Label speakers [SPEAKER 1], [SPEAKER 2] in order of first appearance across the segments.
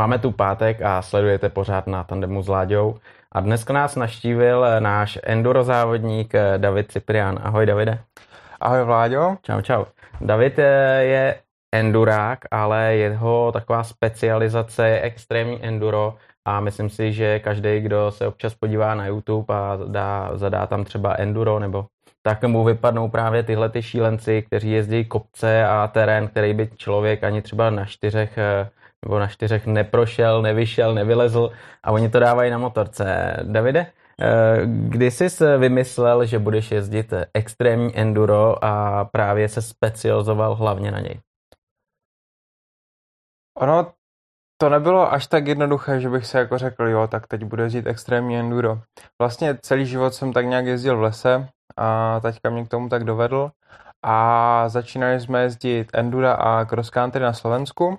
[SPEAKER 1] Máme tu pátek a sledujete pořád Na tandemu s Láďou. A dneska nás navštívil náš enduro-závodník David Ciprián. Ahoj, Davide.
[SPEAKER 2] Ahoj, Vláďo.
[SPEAKER 1] Čau. David je endurák, ale jeho taková specializace je extrémní enduro a myslím si, že každý, kdo se občas podívá na YouTube a zadá tam třeba enduro, nebo tak mu vypadnou právě tyhle ty šílenci, kteří jezdí kopce a terén, který by člověk ani třeba na čtyřech neprošel, nevyšel, nevylezl a oni to dávají na motorce. Davide, kdy jsi vymyslel, že budeš jezdit extrémní enduro a právě se specializoval hlavně na něj?
[SPEAKER 2] Ono to nebylo až tak jednoduché, že bych se jako řekl, jo, tak teď budu jezdit extrémní enduro. Vlastně celý život jsem tak nějak jezdil v lese a taťka mě k tomu tak dovedl a začínali jsme jezdit endura a cross country na Slovensku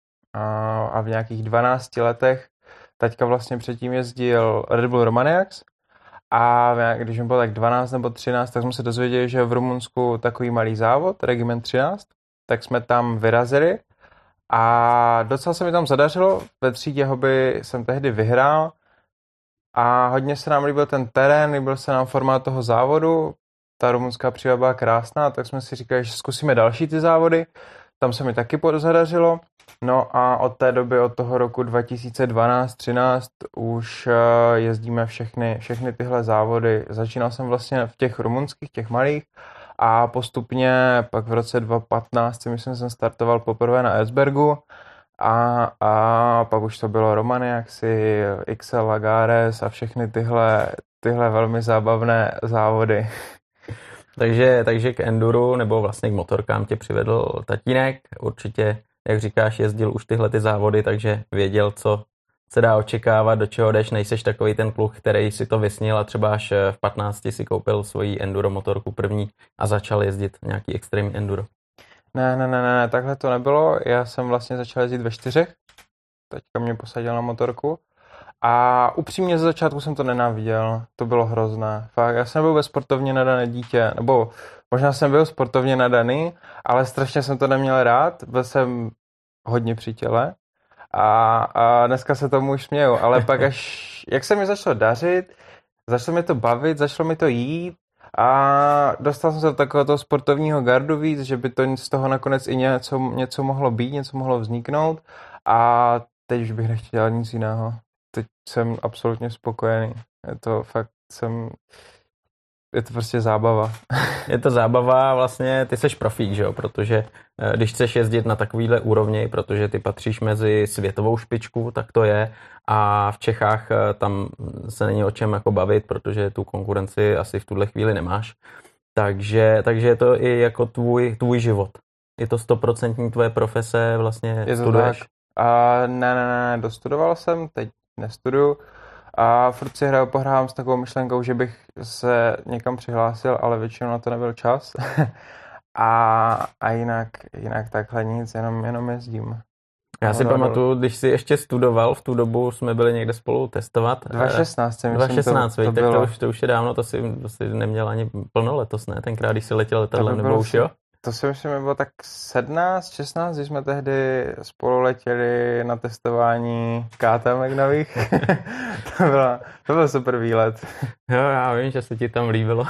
[SPEAKER 2] a v nějakých 12 letech taťka vlastně předtím jezdil Red Bull Romaniacs a když mi bylo tak 12 nebo 13, tak jsme se dozvěděli, že v Rumunsku takový malý závod, Regiment 13, tak jsme tam vyrazili a docela se mi tam zadařilo, ve třídě hobby jsem tehdy vyhrál a hodně se nám líbil ten terén, líbil se nám formát toho závodu, ta rumunská příroda byla krásná, tak jsme si říkali, že zkusíme další ty závody, tam se mi taky zadařilo. No a od té doby, od toho roku 2012-13 už jezdíme všechny tyhle závody. Začínal jsem vlastně v těch rumunských, těch malých a postupně pak v roce 2015 myslím, jsem startoval poprvé na Erzbergu a pak už to bylo Romaniaxy, XL Lagares a všechny tyhle velmi zábavné závody.
[SPEAKER 1] Takže k enduru nebo vlastně k motorkám tě přivedl tatínek, určitě, jak říkáš, jezdil už tyhle ty závody, takže věděl, co se dá očekávat, do čeho jdeš, nejseš takový ten kluk, který si to vysnil a třeba až v 15 si koupil svoji enduro motorku první a začal jezdit nějaký extrémní enduro.
[SPEAKER 2] Ne, takhle to nebylo, já jsem vlastně začal jezdit ve 4, teďka mě posadil na motorku a upřímně ze začátku jsem to nenáviděl, to bylo hrozné. Fakt, já jsem byl ve sportovně nadané dítě, nebo možná jsem byl sportovně nadaný, ale strašně jsem to neměl rád, byl jsem hodně při těle a dneska se tomu už směju, ale pak jak se mi začalo dařit, začalo mi to bavit, začalo mi to jít a dostal jsem se do takového toho sportovního gardu víc, že by to z toho nakonec i něco mohlo být, něco mohlo vzniknout a teď už bych nechtěl dělat nic jiného. Teď jsem absolutně spokojený. Je to prostě zábava.
[SPEAKER 1] Je to zábava, vlastně ty seš profík, že jo, protože když chceš jezdit na takovýhle úrovni, protože ty patříš mezi světovou špičku, tak to je a v Čechách tam se není o čem jako bavit, protože tu konkurenci asi v tuhle chvíli nemáš. Takže je to i jako tvůj život. Je to 100% tvoje profese, vlastně studuješ?
[SPEAKER 2] Ne, dostudoval jsem, teď nestuduju. A furt si pohrávám s takovou myšlenkou, že bych se někam přihlásil, ale většinou na to nebyl čas. a jinak takhle nic, jenom jezdím.
[SPEAKER 1] Já si pamatuju, když jsi ještě studoval, v tu dobu jsme byli někde spolu testovat.
[SPEAKER 2] 2016, myslím,
[SPEAKER 1] 2016,
[SPEAKER 2] to bylo.
[SPEAKER 1] Tak to už je dávno, to si neměl ani plno letos, ne? Tenkrát, když jsi letěl letadlem, nebo už jo?
[SPEAKER 2] To si myslím, že bylo tak 17, 16, když jsme tehdy spolu letěli na testování KTM nových. to byl super výlet.
[SPEAKER 1] Jo, já vím, že se ti tam líbilo.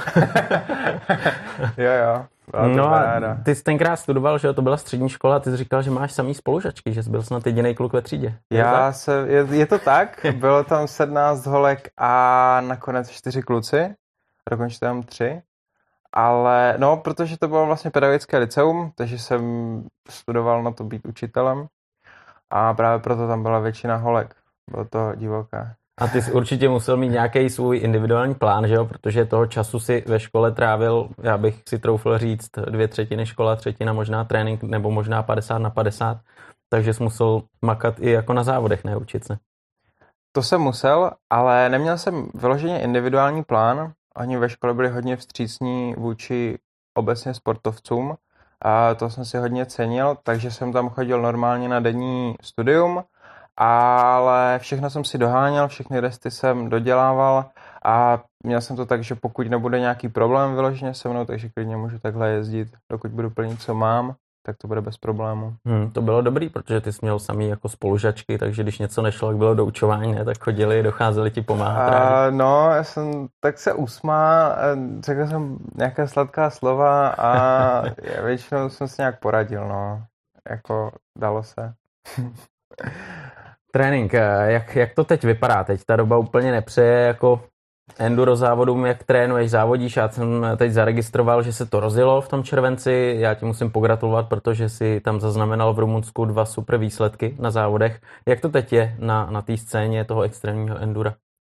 [SPEAKER 2] jo.
[SPEAKER 1] No a ty jsi tenkrát studoval, že jo, to byla střední škola, ty jsi říkal, že máš samý spolužačky, že jsi byl snad jedinej kluk ve třídě.
[SPEAKER 2] Je to tak, bylo tam 17 holek a nakonec 4 kluci, dokonce tam 3. Ale no, protože to bylo vlastně pedagogické liceum, takže jsem studoval na to být učitelem a právě proto tam byla většina holek. Bylo to divoké.
[SPEAKER 1] A ty jsi určitě musel mít nějaký svůj individuální plán, že jo? Protože toho času si ve škole trávil, já bych si troufl říct, 2/3 škola, 1/3 možná trénink, nebo možná 50/50, takže jsi musel makat i jako na závodech, ne učit se.
[SPEAKER 2] To jsem musel, ale neměl jsem vyloženě individuální plán. Oni ve škole byli hodně vstřícní vůči obecně sportovcům a to jsem si hodně cenil, takže jsem tam chodil normálně na denní studium, ale všechno jsem si doháněl, všechny resty jsem dodělával a měl jsem to tak, že pokud nebude nějaký problém vyloženě se mnou, takže klidně můžu takhle jezdit, dokud budu plnit, co mám, tak to bude bez problému.
[SPEAKER 1] To bylo dobrý, protože ty jsi měl samý jako spolužačky, takže když něco nešlo, jak bylo doučování, ne, tak chodili, docházeli ti pomáhat.
[SPEAKER 2] No, já jsem tak se usmál, řekl jsem nějaká sladká slova a většinou jsem si nějak poradil, no. Jako dalo se.
[SPEAKER 1] Trénink, jak to teď vypadá? Teď ta doba úplně nepřeje jako enduro závodům, jak trénuješ, závodíš. Já jsem teď zaregistroval, že se to rozjelo v tom červenci. Já ti musím pogratulovat, protože si tam zaznamenal v Rumunsku 2 super výsledky na závodech. Jak to teď je na té scéně toho extrémního endura?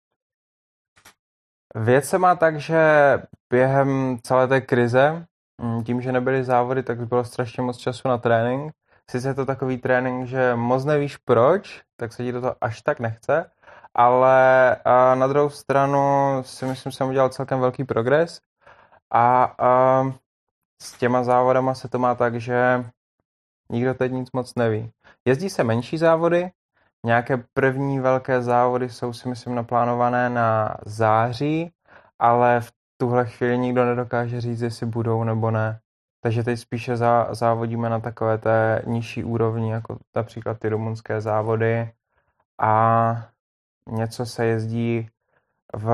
[SPEAKER 2] Věc se má tak, že během celé té krize, tím, že nebyly závody, tak bylo strašně moc času na trénink. Sice je to takový trénink, že moc nevíš proč, tak se ti do toho až tak nechce, ale na druhou stranu si myslím, že jsem udělal celkem velký progres a s těma závodama se to má tak, že nikdo teď nic moc neví. Jezdí se menší závody, nějaké první velké závody jsou si myslím naplánované na září, ale v tuhle chvíli nikdo nedokáže říct, jestli budou nebo ne. Takže teď spíše závodíme na takové té nižší úrovni, jako například ty rumunské závody a něco se jezdí v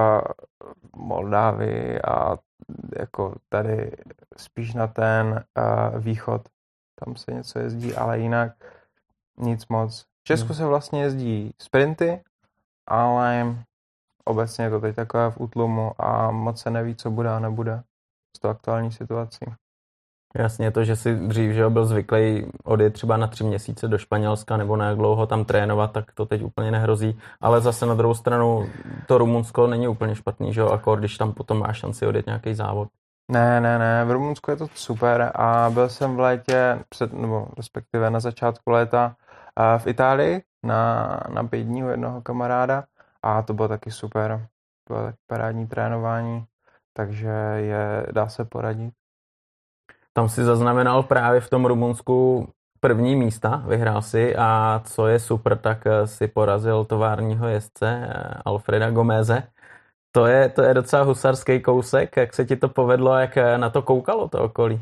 [SPEAKER 2] Moldávii a jako tady spíš na ten východ. Tam se něco jezdí, ale jinak nic moc. V Česku se vlastně jezdí sprinty, ale obecně je to teď takové v útlumu a moc se neví, co bude a nebude z toho aktuální situací.
[SPEAKER 1] Jasně, to, že jsi dřív že byl zvyklý odjet třeba na 3 měsíce do Španělska nebo na jak dlouho tam trénovat, tak to teď úplně nehrozí. Ale zase na druhou stranu to Rumunsko není úplně špatný, že jo, akor, když tam potom máš šanci odjet nějaký závod.
[SPEAKER 2] Ne, v Rumunsku je to super a byl jsem v létě, nebo respektive na začátku léta v Itálii na 5 dní u jednoho kamaráda a to bylo taky super. Bylo taky parádní trénování, takže dá se poradit.
[SPEAKER 1] Tam si zaznamenal právě v tom Rumunsku první místa, vyhrál si a co je super, tak si porazil továrního jezdce Alfreda Gomeze. To je docela husarský kousek, jak se ti to povedlo, jak na to koukalo to okolí?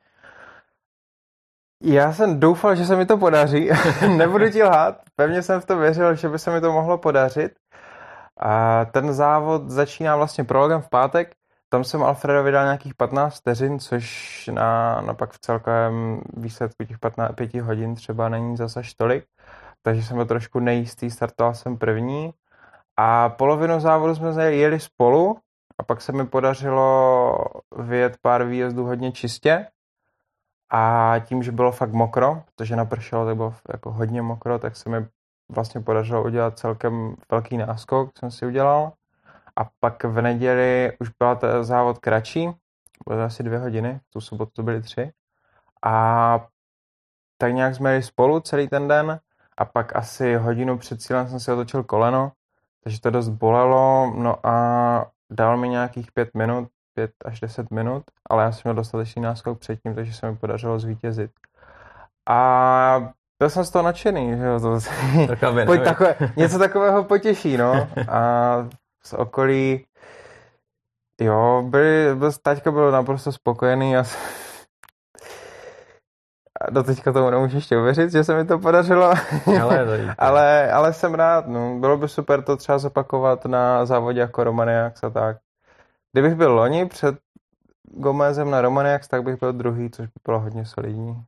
[SPEAKER 2] Já jsem doufal, že se mi to podaří, nebudu ti lhát, pevně jsem v to věřil, že by se mi to mohlo podařit. A ten závod začíná vlastně prologem v pátek, tam jsem Alfredovi dal nějakých 15 vteřin, což na pak v celkovém výsledku těch 5 hodin třeba není zase až tolik, takže jsem byl trošku nejistý, startoval jsem první a polovinu závodu jsme jeli spolu a pak se mi podařilo vyjet pár výjezdů hodně čistě a tím, že bylo fakt mokro, protože napršelo, tak bylo jako hodně mokro, tak se mi vlastně podařilo udělat celkem velký náskok, jsem si udělal. A pak v neděli už byl závod kratší, bylo to asi 2 hodiny, v tu sobotu to byly 3. A tak nějak jsme jeli spolu celý ten den a pak asi hodinu před cílem jsem si otočil koleno, takže to dost bolelo, no a dal mi nějakých 5 až 10 minut, ale já jsem měl dostatečný náskok předtím, takže se mi podařilo zvítězit. A byl jsem z toho nadšený, že jo, něco takového potěší, no. A z okolí, jo, taťka byl naprosto spokojený a do teďka tomu nemůžu ještě uvěřit, že se mi to podařilo, ale jsem rád, no. Bylo by super to třeba zopakovat na závodě jako Romaniax a tak. Kdybych byl loni před Gomezem na Romaniax, tak bych byl druhý, což by bylo hodně solidní.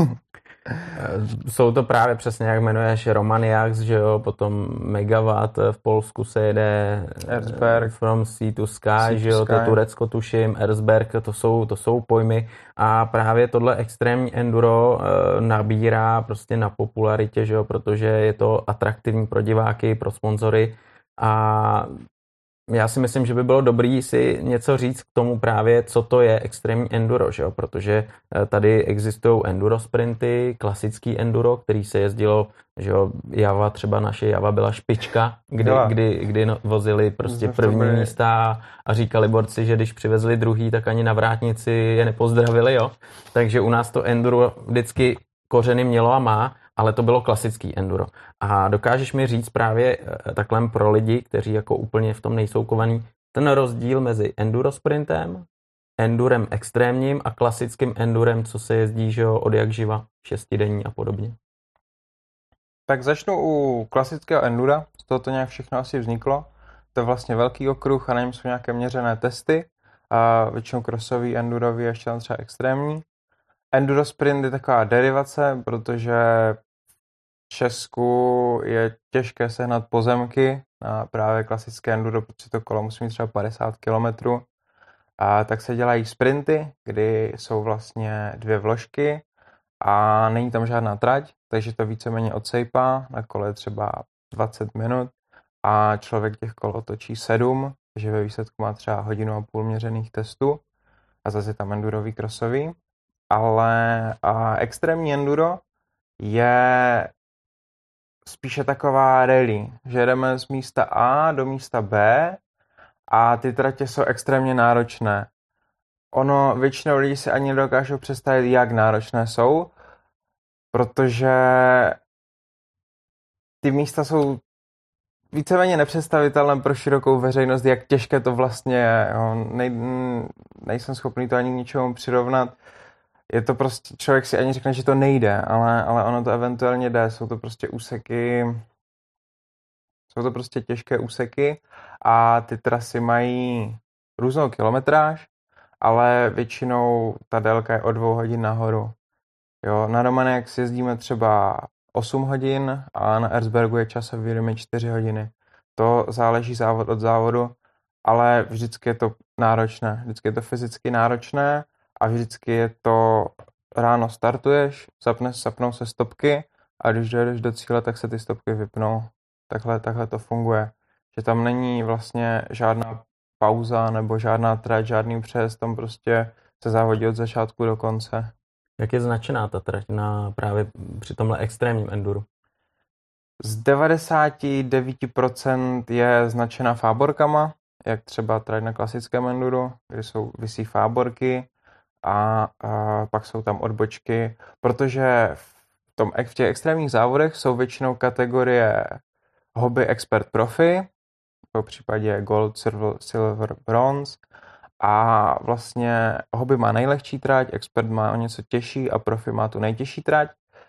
[SPEAKER 1] Jsou to právě přesně, jak jmenuješ, Romaniax, že jo, potom Megawatt v Polsku se jede,
[SPEAKER 2] Erzberg,
[SPEAKER 1] From Sea to Sky, že jo, to Turecko tuším, Erzberg, to jsou pojmy a právě tohle extrémní enduro nabírá prostě na popularitě, že jo, protože je to atraktivní pro diváky, pro sponzory a já si myslím, že by bylo dobrý si něco říct k tomu právě, co to je extrémní enduro, že jo? Protože tady existují enduro sprinty, klasický enduro, který se jezdilo, že jo, Java, třeba naše Java byla špička, kdy vozili prostě první místa a říkali borci, že když přivezli druhý, tak ani na vrátnici je nepozdravili, jo. Takže u nás to enduro vždycky kořeny mělo a má, ale to bylo klasický enduro. A dokážeš mi říct právě takhle pro lidi, kteří jako úplně v tom nejsou kovaný, ten rozdíl mezi enduro sprintem endurem extrémním a klasickým endurem, co se jezdí, že jo, od jak živa, 6denní a podobně.
[SPEAKER 2] Tak začnu u klasického endura, z toho to nějak všechno asi vzniklo. To je vlastně velký okruh a na něm jsou nějaké měřené testy. A většinou crossový, endurový, ještě tam třeba extrémní. Enduro sprint je taková derivace, protože v Česku je těžké sehnat pozemky na právě klasické enduro, protože to kolo musí mít třeba 50 km. A tak se dělají sprinty, kdy jsou vlastně 2 vložky a není tam žádná trať, takže to víceméně odsejpá, na kole třeba 20 minut a člověk těch kol otočí 7, takže ve výsledku má třeba 1,5 hodiny měřených testů a zase tam endurový, crossový. Ale extrémní enduro je spíše taková rally, že jdeme z místa A do místa B a ty tratě jsou extrémně náročné. Ono, většinou lidí si ani nedokážou představit, jak náročné jsou, protože ty místa jsou víceméně nepředstavitelné pro širokou veřejnost, jak těžké to vlastně je. Jo. Nejsem schopný to ani k ničemu přirovnat. Je to prostě, člověk si ani řekne, že to nejde, ale ono to eventuálně jde. Jsou to prostě úseky, jsou to prostě těžké úseky a ty trasy mají různou kilometráž, ale většinou ta délka je o 2 hodin nahoru. Jo, na Romanex jezdíme třeba 8 hodin a na Erzbergu je časový limit 4 hodiny. To záleží závod od závodu, ale vždycky je to náročné. Vždycky je to fyzicky náročné a vždycky je to ráno startuješ, zapnou se stopky a když dojedeš do cíle, tak se ty stopky vypnou. Takhle to funguje. Že tam není vlastně žádná pauza nebo žádná trať, žádný přejezd, tam prostě se závodí od začátku do konce.
[SPEAKER 1] Jak je značená ta trať právě při tomhle extrémním enduru?
[SPEAKER 2] Z 99% je značena fáborkama, jak třeba trať na klasickém enduru, kde visí fáborky a pak jsou tam odbočky, protože v těch extrémních závodech jsou většinou kategorie hobby, expert, profi, v případě gold, silver, bronze. A vlastně hobby má nejlehčí trať, expert má o něco těžší a profi má tu nejtěžší trať,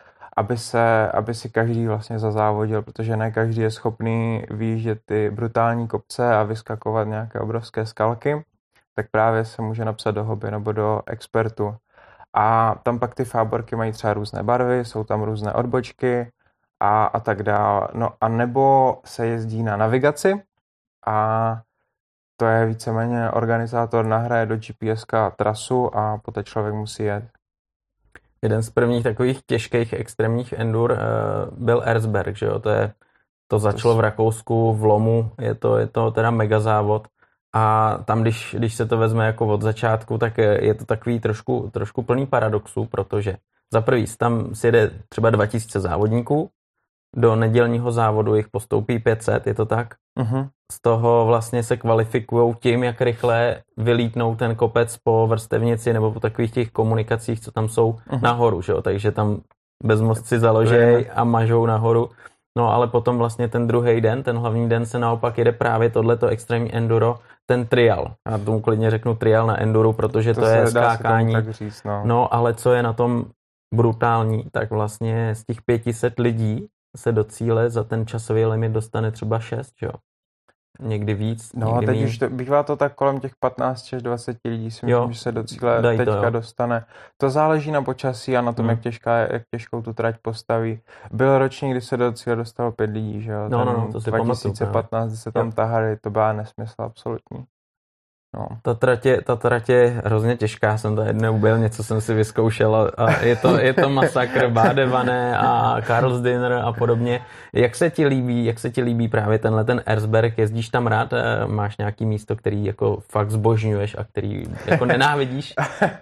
[SPEAKER 2] aby si každý vlastně zazávodil, protože ne každý je schopný vyjíždět ty brutální kopce a vyskakovat nějaké obrovské skalky, tak právě se může napsat do hobby nebo do expertu. A tam pak ty fáborky mají třeba různé barvy, jsou tam různé odbočky a tak dále. No a nebo se jezdí na navigaci a to je víceméně organizátor nahraje do GPSka trasu a poté člověk musí jet.
[SPEAKER 1] Jeden z prvních takových těžkých extrémních endur byl Erzberg, že jo? To začalo v Rakousku v Lomu, je to teda mega závod a tam, když se to vezme jako od začátku, tak je to takový trošku plný paradoxů, protože za prvý tam si jede třeba 2000 závodníků, do nedělního závodu jich postoupí 500, je to tak?
[SPEAKER 2] Uh-huh.
[SPEAKER 1] Z toho vlastně se kvalifikujou tím, jak rychle vylítnou ten kopec po vrstevnici nebo po takových těch komunikacích, co tam jsou nahoru, že jo? Takže tam bezmozci založej a mažou nahoru. No ale potom vlastně ten druhý den, ten hlavní den se naopak jede právě tohleto extrémní enduro, ten trial. Já tomu klidně řeknu trial na enduro, protože to je skákání.
[SPEAKER 2] Říct,
[SPEAKER 1] no ale co je na tom brutální, tak vlastně z těch 500 lidí se do cíle za ten časový limit dostane třeba 6, jo. Někdy víc,
[SPEAKER 2] no
[SPEAKER 1] někdy
[SPEAKER 2] teď
[SPEAKER 1] míň.
[SPEAKER 2] už bývá to tak kolem těch 15 až 20 lidí, si myslím, že se do cíle teďka dostane. To záleží na počasí a na tom, jak těžkou tu trať postaví. Byl ročník, kdy se do cíle dostalo 5 lidí, že jo.
[SPEAKER 1] No, to si
[SPEAKER 2] 2015, kdy se tam tahali, to byla nesmysl absolutní. No.
[SPEAKER 1] Ta trať je hrozně těžká, jsem tady neubil, něco jsem si vyzkoušel a je to masakr, Badevané a Karlsdiener a podobně. Jak se ti líbí právě ten Erzberg, jezdíš tam rád, máš nějaký místo, který jako fakt zbožňuješ a který jako nenávidíš?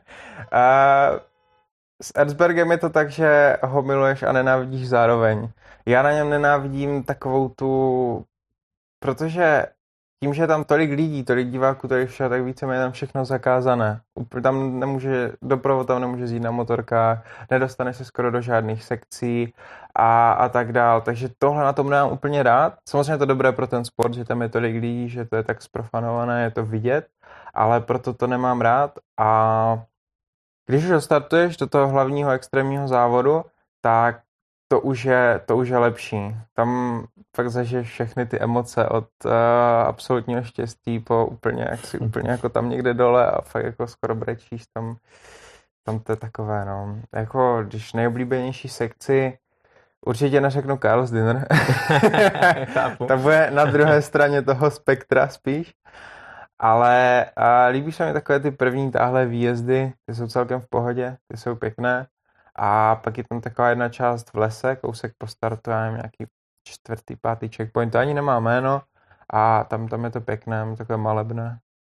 [SPEAKER 2] S Erzbergem je to tak, že ho miluješ a nenávidíš zároveň. Já na něm nenávidím takovou tu, protože tím, že je tam tolik lidí, tolik diváků, tolik všeho, tak víceméně tam všechno zakázané. Tam doprovod tam nemůže jít na motorkách, nedostane se skoro do žádných sekcí a tak dál. Takže tohle na tom nemám úplně rád. Samozřejmě je to dobré pro ten sport, že tam je tolik lidí, že to je tak zprofanované, je to vidět, ale proto to nemám rád a když už startuješ do toho hlavního extrémního závodu, tak to už je lepší. Tam fakt zažiješ všechny ty emoce od absolutního štěstí po úplně, jak si úplně jako tam někde dole a fakt jako skoro brečíš tam to je takové, no. Jako, když nejoblíbenější sekci určitě neřeknu Carl's Dinner. Ta bude na druhé straně toho spektra spíš. Ale líbí se mi takové ty první táhle výjezdy, ty jsou celkem v pohodě, ty jsou pěkné. A pak je tam taková jedna část v lese, kousek po startu, já nevím, nějaký 4., 5. checkpoint, to ani nemá jméno a tam je to pěkné, takové malebné.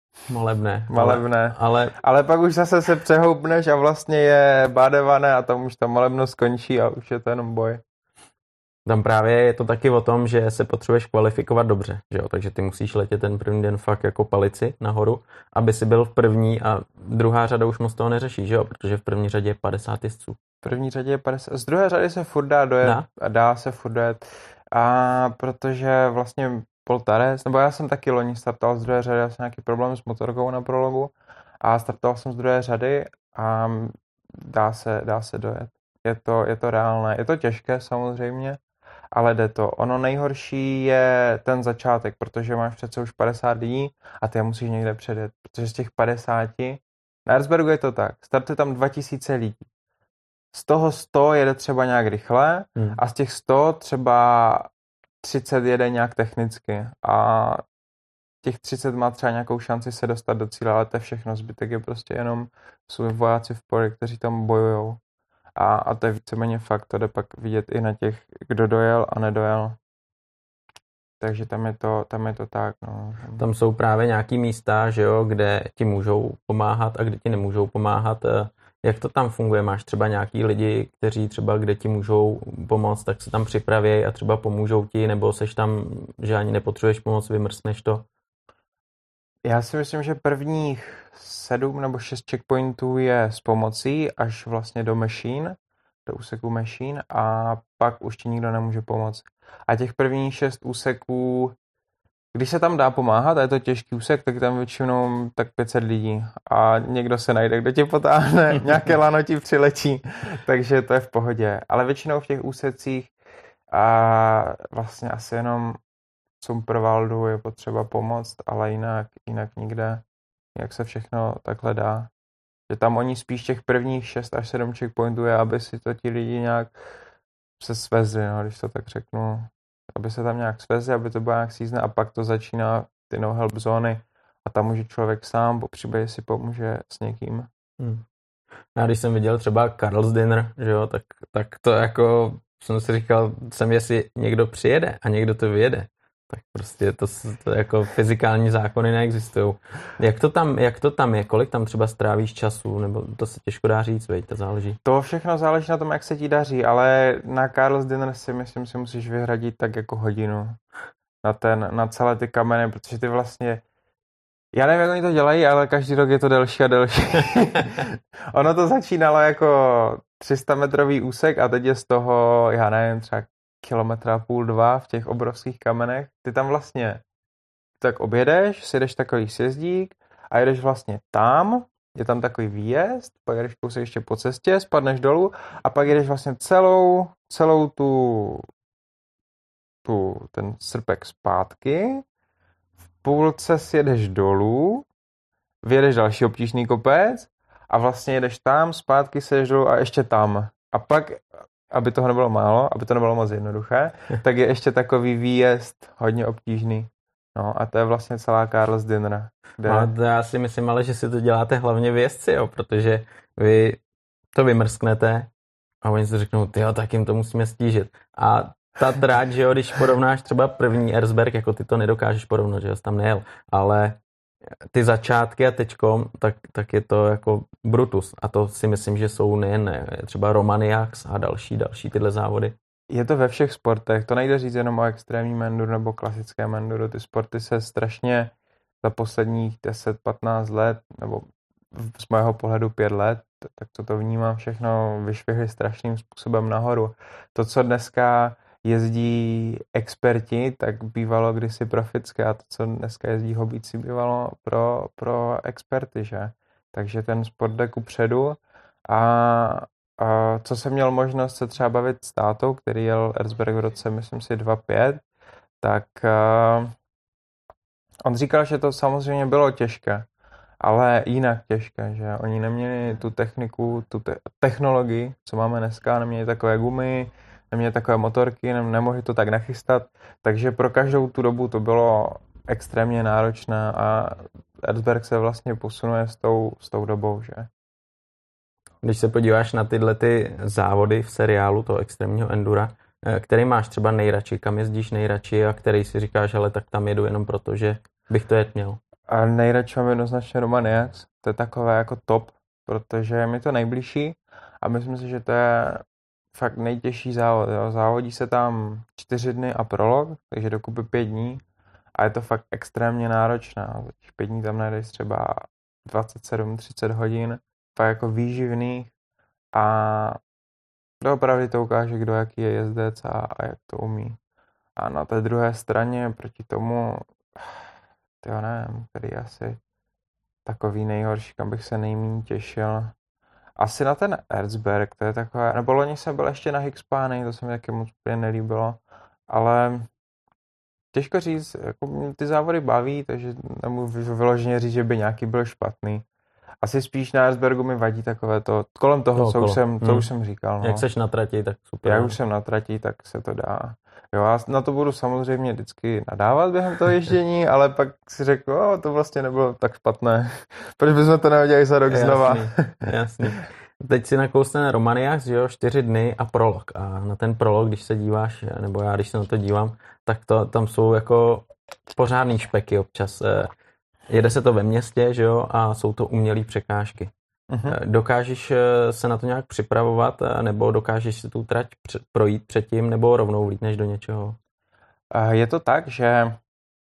[SPEAKER 1] Malebné.
[SPEAKER 2] Ale pak už zase se přehoupneš a vlastně je bádevané a tam už ta malebnost skončí a už je to jenom boj.
[SPEAKER 1] Tam právě je to taky o tom, že se potřebuješ kvalifikovat dobře, že jo? Takže ty musíš letět ten první den fakt jako palici nahoru, aby si byl v první a druhá řada už moc toho neřeší, že jo? Protože v první řadě je 50 jezdců.
[SPEAKER 2] V první řadě je 50, z druhé řady se furt dá dojet a dá se furt dojet. A protože vlastně Poltares, nebo já jsem taky loni startoval z druhé řady, já jsem nějaký problém s motorkou na prologu a startoval jsem z druhé řady a dá se dojet. Je to reálné, je to těžké samozřejmě, ale jde to. Ono nejhorší je ten začátek, protože máš přece už 50 lidí a ty je musíš někde předjet, protože z těch 50, na Erzbergu je to tak, startuje tam 2000 lidí. Z toho 100 jede třeba nějak rychle a z těch 100 třeba 30 jede nějak technicky a těch 30 má třeba nějakou šanci se dostat do cíle, ale to je všechno, zbytek je prostě jenom jsou vojáci v poli, kteří tam bojujou. A to je víceméně fakt, to jde pak vidět i na těch, kdo dojel a nedojel. Takže tam je to tak. No.
[SPEAKER 1] Tam jsou právě nějaký místa, že jo, kde ti můžou pomáhat a kde ti nemůžou pomáhat. Jak to tam funguje? Máš třeba nějaký lidi, kteří třeba kde ti můžou pomoct, tak se tam připraví a třeba pomůžou ti, nebo seš tam, že ani nepotřebuješ pomoc, vymrzneš to?
[SPEAKER 2] Já si myslím, že prvních 7 nebo 6 checkpointů je s pomocí až vlastně do machine, do úseku machine a pak už ti nikdo nemůže pomoct. A těch prvních 6 úseků, když se tam dá pomáhat a je to těžký úsek, tak tam většinou tak 500 lidí a někdo se najde, kdo tě potáhne, nějaké lano ti přiletí, takže to je v pohodě. Ale většinou v těch úsecích a vlastně asi jenom Sumperwaldu je potřeba pomoct, ale jinak nikde, jak se všechno takhle dá. Že tam oni spíš těch prvních 6 až 7 checkpointů je, aby si to ti lidi nějak se svezli, no, když to tak řeknu. Aby se tam nějak svezli, aby to bylo nějak sízné a pak to začíná ty no-help zóny a tam může člověk sám, popřípadě si pomůže s někým.
[SPEAKER 1] Já když jsem viděl třeba Carl's Dinner, že jo, tak to jako jsem si říkal, jestli někdo přijede a někdo to vyjede. Tak prostě to jako fyzikální zákony neexistují. Jak to tam je? Kolik tam třeba strávíš času? Nebo to se těžko dá říct, veď, to záleží.
[SPEAKER 2] To všechno záleží na tom, jak se ti daří, ale na Carl's Dinner si myslím, si musíš vyhradit tak jako hodinu. Na celé ty kameny, protože ty vlastně já nevím, jak oni to dělají, ale každý rok je to delší a delší. Ono to začínalo jako 300 metrový úsek a teď je z toho, já nevím, třeba 1,5 km, 2 v těch obrovských kamenech. Ty tam vlastně tak objedeš, sjedeš takový sjezdík a jedeš vlastně tam, je tam takový výjezd, pak jedeš kousek ještě po cestě, spadneš dolů a pak jedeš vlastně celou ten srpek zpátky, v půlce sjedeš dolů, vyjedeš další obtížný kopec a vlastně jedeš tam, zpátky sjedeš dolů a ještě tam. A pak, aby toho nebylo málo, aby to nebylo moc jednoduché, tak je ještě takový výjezd hodně obtížný. No a to je vlastně celá Carl's Dinner.
[SPEAKER 1] No, já si myslím ale, že si to děláte hlavně vězci, jo, protože vy to vymrsknete a oni si řeknou, tyjo, tak jim to musíme stížit. A ta tráť, že jo, když porovnáš třeba první Erzberg, jako ty to nedokážeš porovnat, že jsi tam nejel, ale ty začátky a teďkom, tak je to jako Brutus. A to si myslím, že jsou nejen třeba Romaniax a další tyhle závody.
[SPEAKER 2] Je to ve všech sportech, to nejde říct jenom o extrémním enduru nebo klasickém enduru. Ty sporty se strašně za posledních 10-15 let, nebo z mého pohledu 5 let, tak to vnímám všechno, vyšvihli strašným způsobem nahoru. To, co dneska jezdí experti, tak bývalo kdysi profické a to, co dneska jezdí hobíci, bývalo pro experty, že? Takže ten sport jde kupředu a co jsem měl možnost se třeba bavit s tátou, který jel Erzberg v roce, myslím si, 2005, tak on říkal, že to samozřejmě bylo těžké, ale jinak těžké, že oni neměli tu techniku, technologii, co máme dneska, neměli takové gumy, neměli takové motorky, nemohli to tak nachystat, takže pro každou tu dobu to bylo extrémně náročné a Erzberg se vlastně posunuje s tou dobou, že?
[SPEAKER 1] Když se podíváš na tyhle ty závody v seriálu toho extrémního endura, který máš třeba nejradši, kam jezdíš nejradši a který si říkáš, ale tak tam jedu jenom proto, že bych to jet měl?
[SPEAKER 2] A nejradši mám jednoznačně Roman Yates, to je takové jako top, protože je mi to nejbližší a myslím si, že to je fakt nejtěžší závod. Jo. Závodí se tam 4 dny a prolog, takže dokupy 5 dní a je to fakt extrémně náročné. Za těch 5 dní tam najdeš třeba 27-30 hodin, fakt jako výživných a doopravdy to ukáže, kdo jaký je jezdec a jak to umí. A na té druhé straně proti tomu, já nevím, který asi takový nejhorší, kam bych se nejméně těšil. Asi na ten Erzberg, to je takové, nebo loni jsem byl ještě na Hickspány, to se mi taky moc nelíbilo, ale těžko říct, jako mě ty závody baví, takže nemůžu vyloženě říct, že by nějaký byl špatný. Asi spíš na Erzbergu mi vadí takové to, kolem toho, co už jsem říkal. No.
[SPEAKER 1] Jak seš na trati, tak super.
[SPEAKER 2] Jak už jsem na trati, tak se to dá. Jo, já na to budu samozřejmě vždycky nadávat během toho ježdění, ale pak si řekl, to vlastně nebylo tak špatné. Proč bychom to neudělali za rok znova?
[SPEAKER 1] Jasný. Teď si nakousne Romaniak, že jo, 4 dny a prolog. A na ten prolog, když se díváš, nebo já, když se na to dívám, tak tam jsou jako pořádný špeky občas. Jede se to ve městě, že jo, a jsou to umělé překážky. Dokážeš se na to nějak připravovat, nebo dokážeš si tu trať projít předtím, nebo rovnou vlítneš do něčeho?
[SPEAKER 2] Je to tak, že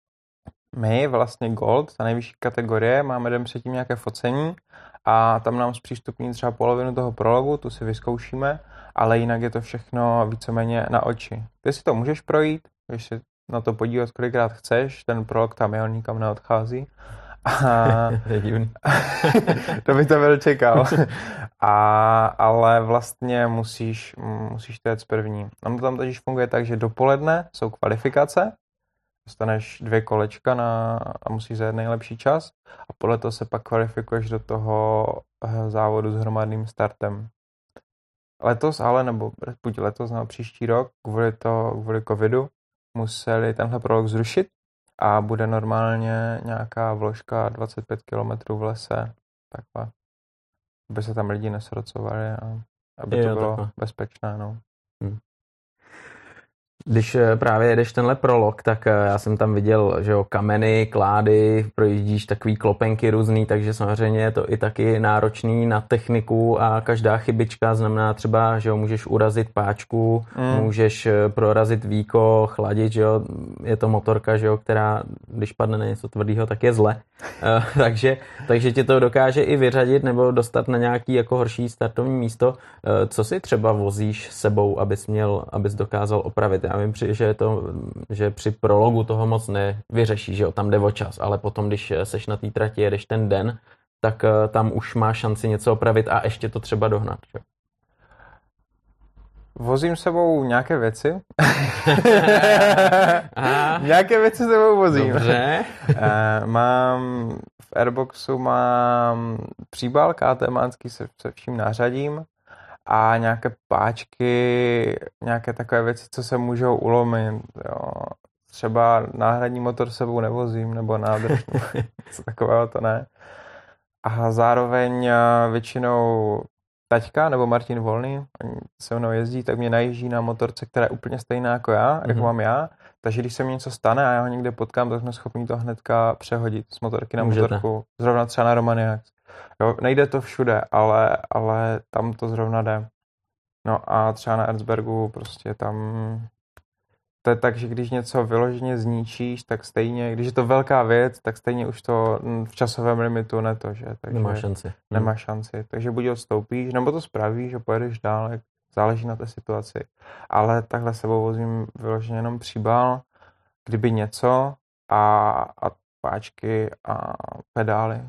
[SPEAKER 2] my vlastně Gold, ta nejvyšší kategorie, máme den předtím nějaké focení a tam nám zpřístupní třeba polovinu toho prologu, tu si vyzkoušíme, ale jinak je to všechno víceméně na oči. Ty si to můžeš projít, když si na to podívat, kolikrát chceš, ten prolog tam je, on nikam neodchází. To by to byl čekal. Ale vlastně musíš to jet první. Nám to tam totiž funguje tak, že dopoledne jsou kvalifikace, dostaneš 2 kolečka a musíš zajet nejlepší čas a podle toho se pak kvalifikuješ do toho závodu s hromadným startem. Letos ale, nebo buď letos nebo příští rok, kvůli covidu, museli tenhle prolog zrušit a bude normálně nějaká vložka 25 km v lese, takhle, aby se tam lidi nesrocovali a aby to bylo bezpečné. No.
[SPEAKER 1] Když právě jedeš tenhle prolog, tak já jsem tam viděl, že jo, kameny, klády, projíždíš takový klopenky různý, takže samozřejmě je to i taky náročný na techniku a každá chybička znamená třeba, že jo, můžeš urazit páčku, můžeš prorazit víko, chladit, že jo, je to motorka, že jo, která, když padne na něco tvrdýho, tak je zle. takže ti to dokáže i vyřadit nebo dostat na nějaký jako horší startovní místo. Co si třeba vozíš s sebou, abys dokázal opravit? Já vím, že při prologu toho moc nevyřešíš, že jo, tam jde o čas, ale potom, když seš na té trati, jedeš ten den, tak tam už máš šanci něco opravit a ještě to třeba dohnat. Že?
[SPEAKER 2] Vozím s sebou nějaké věci. Nějaké věci s sebou vozím.
[SPEAKER 1] Dobře.
[SPEAKER 2] V Airboxu mám příbal KTMánský se vším nářadím a nějaké páčky, nějaké takové věci, co se můžou ulomit. Jo. Třeba náhradní motor s sebou nevozím, nebo nádrž, co takového to ne. A zároveň většinou taťka nebo Martin Volný, oni se mnou jezdí, tak mě najíždí na motorce, která je úplně stejná jako já, jako mám já. Takže když se mi něco stane a já ho někde potkám, tak jsme schopni to hnedka přehodit z motorky na motorku. Zrovna třeba na Romaniak. Jo, nejde to všude, ale tam to zrovna jde. No a třeba na Erzbergu prostě tam to je tak, že když něco vyloženě zničíš, tak stejně, když je to velká věc, tak stejně už to v časovém limitu že? Takže
[SPEAKER 1] nemá šanci.
[SPEAKER 2] Nemá šanci. Takže buď odstoupíš, nebo to spravíš a pojedeš dál, záleží na té situaci. Ale takhle sebou vozím vyloženě jenom příbal, kdyby něco a páčky a pedály.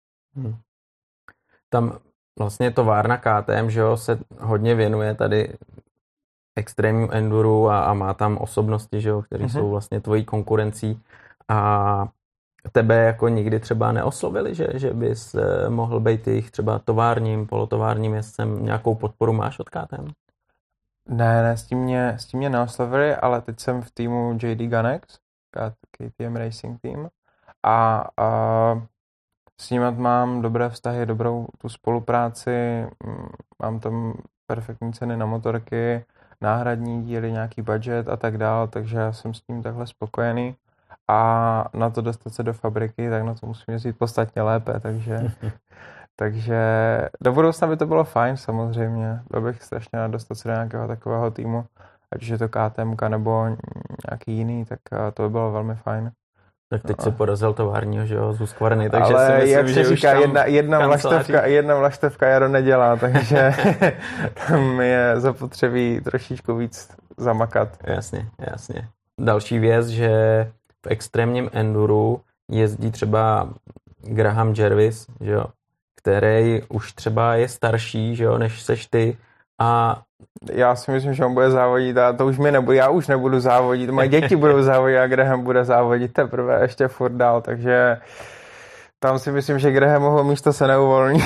[SPEAKER 1] Tam vlastně továrna KTM, že jo, se hodně věnuje tady extrémnímu enduru a má tam osobnosti, že jo, které jsou vlastně tvojí konkurencí a tebe jako nikdy třeba neoslovili, že bys mohl být jejich třeba továrním, polotovárním jezdcem, nějakou podporu máš od KTM?
[SPEAKER 2] Ne, s tím mě neoslovili, ale teď jsem v týmu JD Ganex, KTM Racing Team a s nimi mám dobré vztahy, dobrou tu spolupráci, mám tam perfektní ceny na motorky, náhradní díly, nějaký budget a tak dále, takže já jsem s tím takhle spokojený a na to dostat se do fabriky, tak na to musím jezdit podstatně lépe, takže do budoucna by to bylo fajn samozřejmě, byl bych strašně rád dostat se do nějakého takového týmu, ať už je to KTMka nebo nějaký jiný, tak to by bylo velmi fajn.
[SPEAKER 1] Tak teď se porazil továrního, že jo, z Husqvarny, takže
[SPEAKER 2] ale
[SPEAKER 1] si myslím,
[SPEAKER 2] jak se říká, jedna vlaštovka jaro nedělá, takže tam je zapotřebí trošičku víc zamakat.
[SPEAKER 1] Jasně. Další věc, že v extrémním enduru jezdí třeba Graham Jarvis, že jo, který už třeba je starší, že jo, než seš ty a
[SPEAKER 2] já si myslím, že on bude závodit a to už mi nebude, já už nebudu závodit, moje děti budou závodit a Graham bude závodit teprve ještě furt dál, takže tam si myslím, že Grahamovo místo se neuvolní.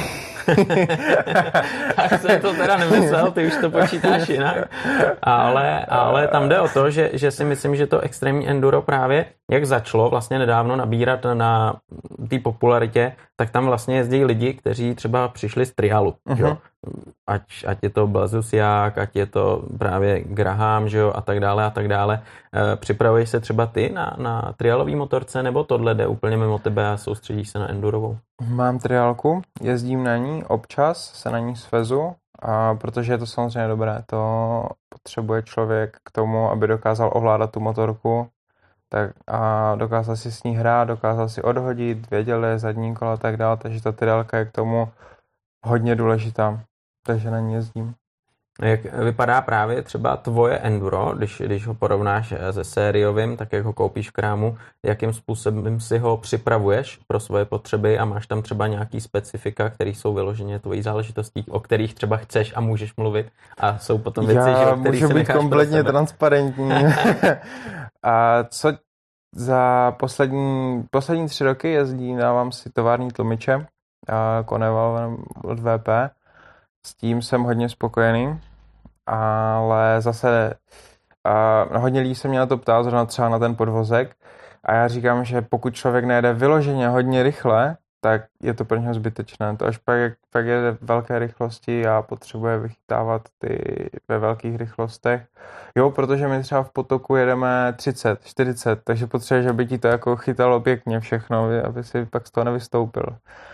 [SPEAKER 1] Tak jsem to teda nemyslel, ty už to počítáš jinak. Ale tam jde o to, že si myslím, že to extrémní enduro právě, jak začalo vlastně nedávno nabírat na té popularitě, tak tam vlastně jezdí lidi, kteří třeba přišli z trialu. Jo? Ať je to Blazusiak, ať je to právě Graham, že jo, a tak dále. Připravuješ se třeba ty na trialový motorce, nebo tohle jde úplně mimo tebe a soustředíš se na endurovou?
[SPEAKER 2] Mám triálku, jezdím na ní, občas se na ní svezu, protože je to samozřejmě dobré. To potřebuje člověk k tomu, aby dokázal ovládat tu motorku, tak a dokázal si s ní hrát, dokázal si odhodit, věděl je zadní kola a tak dále, takže ta triálka je k tomu hodně důležitá, takže na ní jezdím.
[SPEAKER 1] Jak vypadá právě třeba tvoje enduro, když ho porovnáš se sériovým, tak jak ho koupíš v krámu, jakým způsobem si ho připravuješ pro svoje potřeby a máš tam třeba nějaký specifika, které jsou vyloženě tvojí záležitostí, o kterých třeba chceš a můžeš mluvit a jsou potom věci, že o kterých si necháš pro sebe.
[SPEAKER 2] Já můžu být kompletně transparentní. A co za poslední 3 roky jezdím, dávám si tovární tlmiče, Koneval od VP. S tím jsem hodně spokojený, ale zase hodně lidí se mě na to ptá, zrovna třeba na ten podvozek a já říkám, že pokud člověk nejede vyloženě hodně rychle, tak je to pro něho zbytečné. To až pak jede velké rychlosti a potřebuje vychytávat ty ve velkých rychlostech. Jo, protože my třeba v potoku jedeme 30, 40, takže potřebuješ, aby ti to jako chytalo pěkně všechno, aby si pak z toho nevystoupil.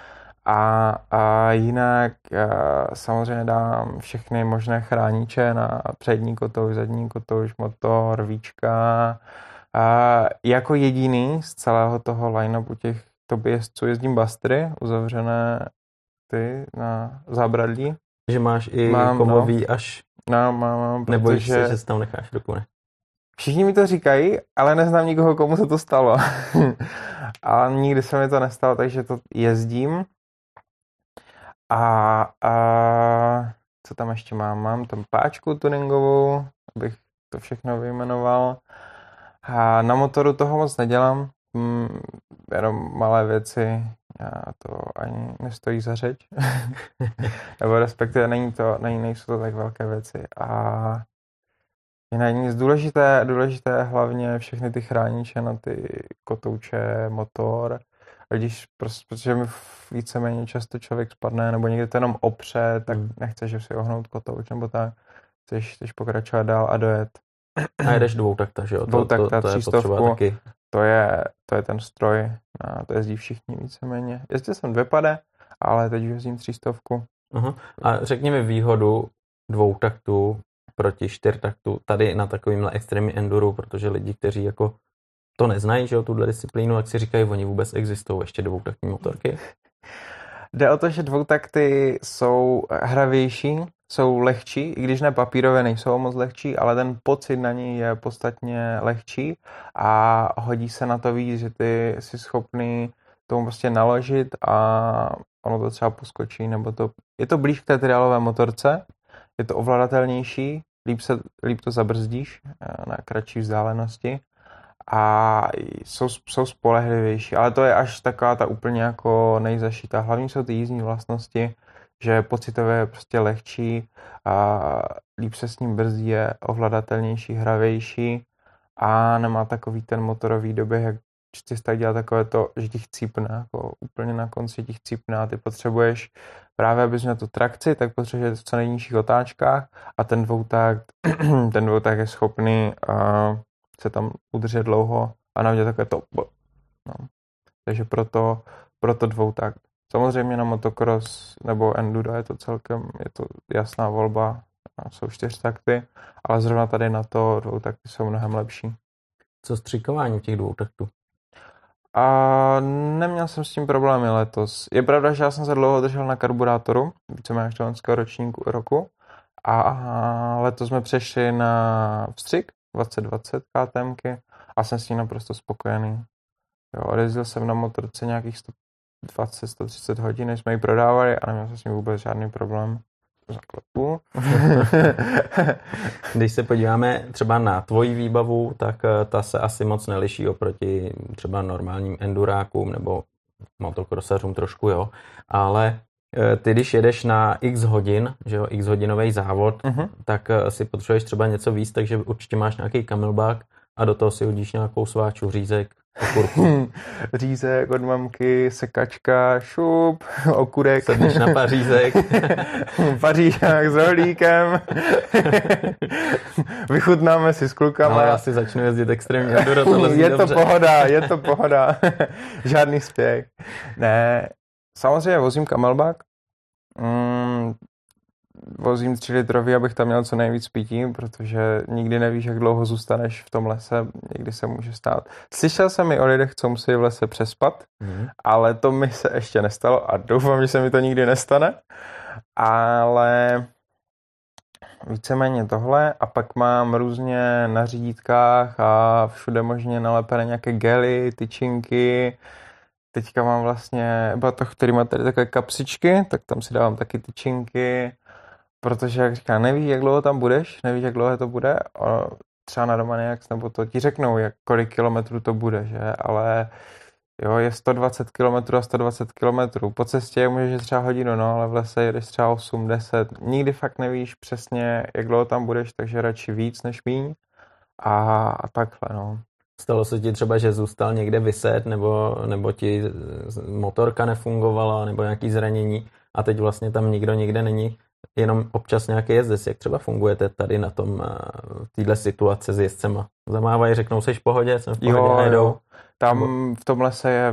[SPEAKER 2] A jinak samozřejmě dám všechny možné chrániče na přední kotouč, zadní kotouč, motor, víčka. Jako jediný z celého toho line-upu těch jezdců jezdím Bastry, uzavřené ty na zábradlí.
[SPEAKER 1] Že máš i kovový až...
[SPEAKER 2] Mám,
[SPEAKER 1] nebojíš se, že se tam necháš do kune.
[SPEAKER 2] Všichni mi to říkají, ale neznám nikoho, komu se to stalo. A nikdy se mi to nestalo, takže to jezdím. A co tam ještě mám? Mám tam páčku tuningovou, abych to všechno vyjmenoval. A na motoru toho moc nedělám, jenom malé věci, já to ani nestojí za řeč. Nebo respektive nejsou to tak velké věci. A jinak nic důležité hlavně všechny ty chrániče na ty kotouče, motor. A protože mi víceméně často člověk spadne, nebo někde to jenom opře, tak nechceš si ohnout kotouč, nebo tak. Chceš pokračovat dál a dojet.
[SPEAKER 1] A jedeš dvoutakta, že jo?
[SPEAKER 2] Dvoutakta,
[SPEAKER 1] to je
[SPEAKER 2] 300,
[SPEAKER 1] taky.
[SPEAKER 2] To je ten stroj, to jezdí všichni víceméně. Jezdil jsem 2pade, ale teď už jezdím 300.
[SPEAKER 1] Aha. A řekni mi výhodu dvoutaktu proti 4taktu tady na takovýmhle extrémním enduru, protože lidi, kteří jako to neznají, že jo, tuhle disciplínu, tak si říkají, oni vůbec existují ještě dvoutaktní motorky.
[SPEAKER 2] Jde o to, že dvoutakty jsou hravější, jsou lehčí, i když ne papírové, nejsou moc lehčí, ale ten pocit na ní je podstatně lehčí a hodí se na to víc, že ty jsi schopný tomu prostě naložit a ono to třeba poskočí, nebo je to blíž k té triálové motorce, je to ovladatelnější, líp to zabrzdíš na kratší vzdálenosti a jsou spolehlivější, ale to je až taková ta úplně jako nejzašitá. Hlavně jsou ty jízdní vlastnosti, že pocitově je prostě lehčí a líp se s ním brzdí, je ovladatelnější, hravější a nemá takový ten motorový doběh, jak 400 dělá takové to, že ti chcípne, jako úplně na konci ti chcípne a ty potřebuješ právě, abys měl tu trakci, tak potřebuješ v co nejnižších otáčkách a ten dvoutakt je schopný se tam udržet dlouho a navíc takové to. No. Takže proto dvoutakt. Samozřejmě na motocross nebo enduro je to jasná volba, jsou 4 takty, ale zrovna tady na to dvoutakty jsou mnohem lepší.
[SPEAKER 1] Co střikování těch dvoutaktů?
[SPEAKER 2] A neměl jsem s tím problémy letos. Je pravda, že já jsem se dlouho držel na karburátoru, víceméně až do loňského roku, a letos jsme přešli na vstřik 2020 KTMky a jsem s tím naprosto spokojený. Jo, odjezdil jsem na motorce nějakých 120-130 hodin, než jsme ji prodávali a neměl jsem s tím vůbec žádný problém. Zaklepu.
[SPEAKER 1] Když se podíváme třeba na tvoji výbavu, tak ta se asi moc neliší oproti třeba normálním endurákům nebo motokrosařům trošku, jo. Ale ty, když jedeš na x hodin, že jo, x hodinový závod, tak si potřebuješ třeba něco víc, takže určitě máš nějaký camelback a do toho si hodíš nějakou sváču, řízek, okurku.
[SPEAKER 2] Řízek od mamky, sekačka, šup, okurek.
[SPEAKER 1] Sedneš na pařízek.
[SPEAKER 2] Pařížák s rohlíkem. Vychutnáme si s klukama.
[SPEAKER 1] Ale já si začnu jezdit extrémně enduro,
[SPEAKER 2] je to pohoda. Žádný spěch. Ne, samozřejmě vozím camelback. Vozím 3 litrový, abych tam měl co nejvíc pití, protože nikdy nevíš, jak dlouho zůstaneš v tom lese, někdy se může stát. Slyšel jsem i o lidech, co musí v lese přespat, ale to mi se ještě nestalo a doufám, že se mi to nikdy nestane. Ale víceméně tohle a pak mám různě na řídítkách a všude možně nalepené nějaké gely, tyčinky. Teďka mám vlastně batoh, který má tady takové kapsičky, tak tam si dávám taky tyčinky. Protože, jak říká, nevíš, jak dlouho tam budeš, nevíš, jak dlouho to bude, třeba na Domaniacs, nebo to ti řeknou, kolik kilometrů to bude, že, ale jo, je 120 kilometrů a 120 kilometrů. Po cestě můžeš třeba hodinu, no, ale v lese jedeš třeba 8, 10. Nikdy fakt nevíš přesně, jak dlouho tam budeš, takže radši víc než míň a takhle, no.
[SPEAKER 1] Stalo se ti třeba, že zůstal někde viset, nebo ti motorka nefungovala, nebo nějaký zranění a teď vlastně tam nikdo nikde není, jenom občas nějaký jezdec. Jak třeba fungujete tady na tom, v téhle situace s jezdcema? Zamávají, řeknou, seš v pohodě, jsem v pohodě, a jedou.
[SPEAKER 2] Tam v tom lese je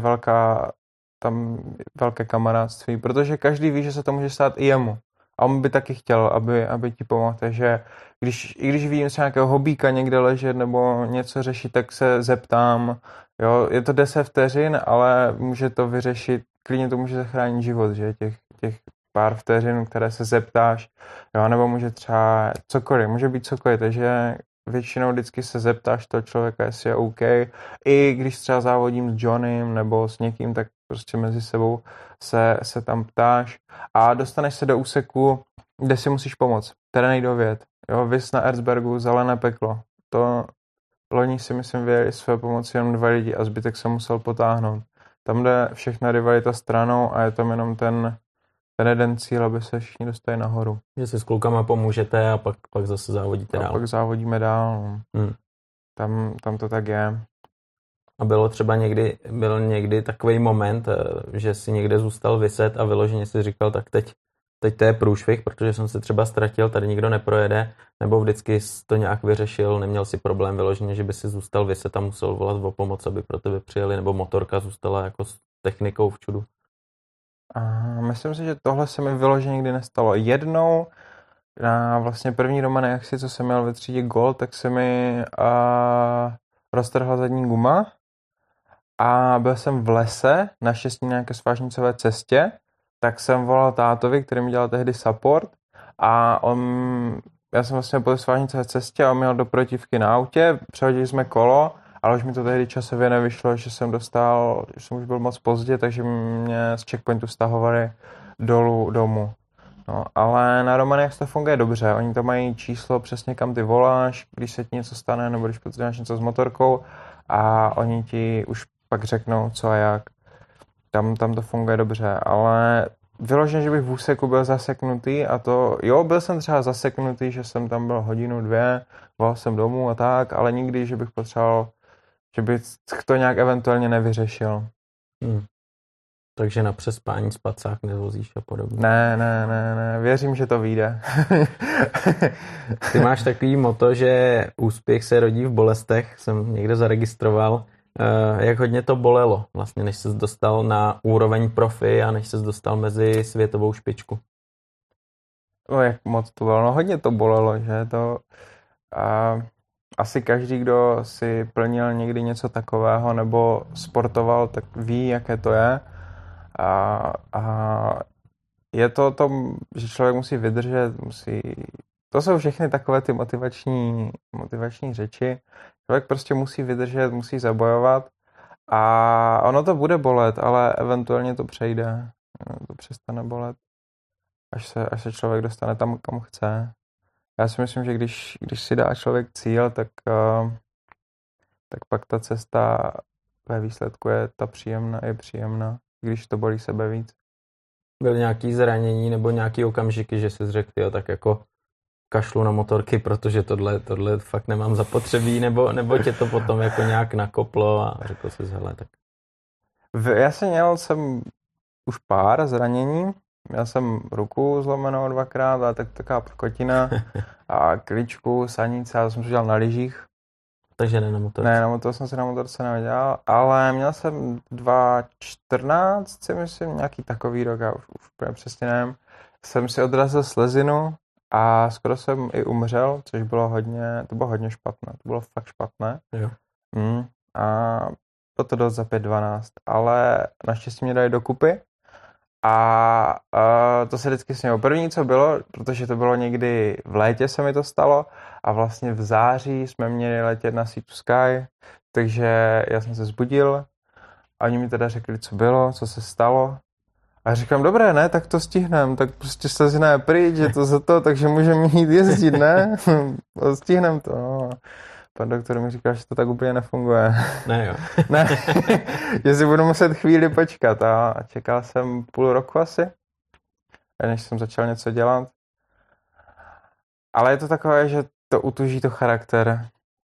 [SPEAKER 2] velké kamarádství, protože každý ví, že se to může stát i jemu. A on by taky chtěl, aby ti pomohl. Takže i když vidím se nějakého hobíka někde ležet nebo něco řešit, tak se zeptám. Jo, je to 10 vteřin, ale může to vyřešit, klidně to může zachránit život, že těch pár vteřin, které se zeptáš, jo, nebo může třeba cokoliv, může být cokoliv, takže většinou vždycky se zeptáš toho člověka, jestli je OK. I když třeba závodím s Johnnym nebo s někým, tak prostě mezi sebou se tam ptáš a dostaneš se do úseku, kde si musíš pomoct. Terénní dověd. Jo, vys na Erzbergu, zelené peklo. To loni si myslím vyjeli své pomoci jenom 2 lidi a zbytek se musel potáhnout. Tam jde všechna rivalita stranou a je tam jenom ten jeden cíl, aby se všichni dostali nahoru.
[SPEAKER 1] Že si s klukama pomůžete a pak zase závodíte dál.
[SPEAKER 2] A pak závodíme dál. Tam to tak je.
[SPEAKER 1] A byl někdy takový moment, že si někde zůstal viset a vyloženě si říkal, tak teď to je průšvih, protože jsem se třeba ztratil, tady nikdo neprojede, nebo vždycky to nějak vyřešil, neměl si problém vyloženě, že by si zůstal viset a musel volat o pomoc, aby pro tebe přijeli, nebo motorka zůstala jako s technikou v čudu.
[SPEAKER 2] A myslím si, že tohle se mi vyloženě nikdy nestalo. Jednou na vlastně první Domaniaxi, co jsem měl ve třídě Gold, tak se mi roztrhla zadní guma a byl jsem v lese, naštěstí na nějaké svážnicové cestě, tak jsem volal tátovi, který mi dělal tehdy support a já jsem vlastně po svážnické cestě a on měl do protivky na autě, přehodili jsme kolo, ale už mi to tehdy časově nevyšlo, že jsem už byl moc pozdě, takže mě z checkpointu stahovali domů. No, ale na Romanech to funguje dobře, oni tam mají číslo přesně kam ty voláš, když se ti něco stane, nebo když potřebuješ něco s motorkou a oni ti už pak řeknou co a jak. Tam to funguje dobře, ale vyloženě, že bych v úseku byl zaseknutý a to, jo, byl jsem třeba zaseknutý, že jsem tam byl hodinu, 2, volal jsem domů a tak, ale nikdy, že bych potřeboval, že bych to nějak eventuálně nevyřešil.
[SPEAKER 1] Takže na přespání spacák nevozíš a podobně.
[SPEAKER 2] Ne, věřím, že to vyjde.
[SPEAKER 1] Ty máš takový motto, že úspěch se rodí v bolestech, jsem někde zaregistroval. Jak hodně to bolelo, vlastně, než ses dostal na úroveň profi a než ses dostal mezi světovou špičku?
[SPEAKER 2] No, jak moc to bylo? No, hodně to bolelo, že to... Asi každý, kdo si plnil někdy něco takového nebo sportoval, tak ví, jaké to je. A je to o tom, že člověk musí vydržet, to jsou všechny takové ty motivační řeči. Člověk prostě musí vydržet, musí zabojovat a ono to bude bolet, ale eventuálně to přejde. To přestane bolet, až se člověk dostane tam, kam chce. Já si myslím, že když si dá člověk cíl, tak pak ta cesta ve výsledku je příjemná, když to bolí sebe víc.
[SPEAKER 1] Byl nějaký zranění nebo nějaký okamžiky, že jsi řekl, jo, tak jako kašlu na motorky, protože tohle fakt nemám zapotřebí, nebo tě to potom jako nějak nakoplo a řekl jsi, hele, tak.
[SPEAKER 2] Já jsem už pár zranění. Měl jsem ruku zlomenou 2krát, ale taková prkotina a kličku, sanice, a jsem to dělal na lyžích.
[SPEAKER 1] Takže ne na motorce?
[SPEAKER 2] Ne, jsem si na motorce nedělal, ale měl jsem 2014, si myslím, nějaký takový rok, já už úplně přesně nevím. Jsem si odrazil slezinu a skoro jsem i umřel, což bylo hodně špatné, to bylo fakt špatné.
[SPEAKER 1] Jo.
[SPEAKER 2] A bylo to dost za 5-12, ale naštěstí mě dali dokupy. A to se vždycky snělo. První, co bylo, protože to bylo někdy v létě se mi to stalo a vlastně v září jsme měli letět na Sea to Sky, takže já jsem se zbudil a oni mi teda řekli, co bylo, co se stalo. A říkám, dobré, ne, tak to stihnem, tak prostě slezina je pryč, je to za to, takže můžeme jít jezdit, ne? Stihnem to, no. Pan doktor mi říkal, že to tak úplně nefunguje.
[SPEAKER 1] Ne, jo.
[SPEAKER 2] Ne, že si budu muset chvíli počkat a čekal jsem půl roku asi, než jsem začal něco dělat. Ale je to takové, že to utuží to charakter.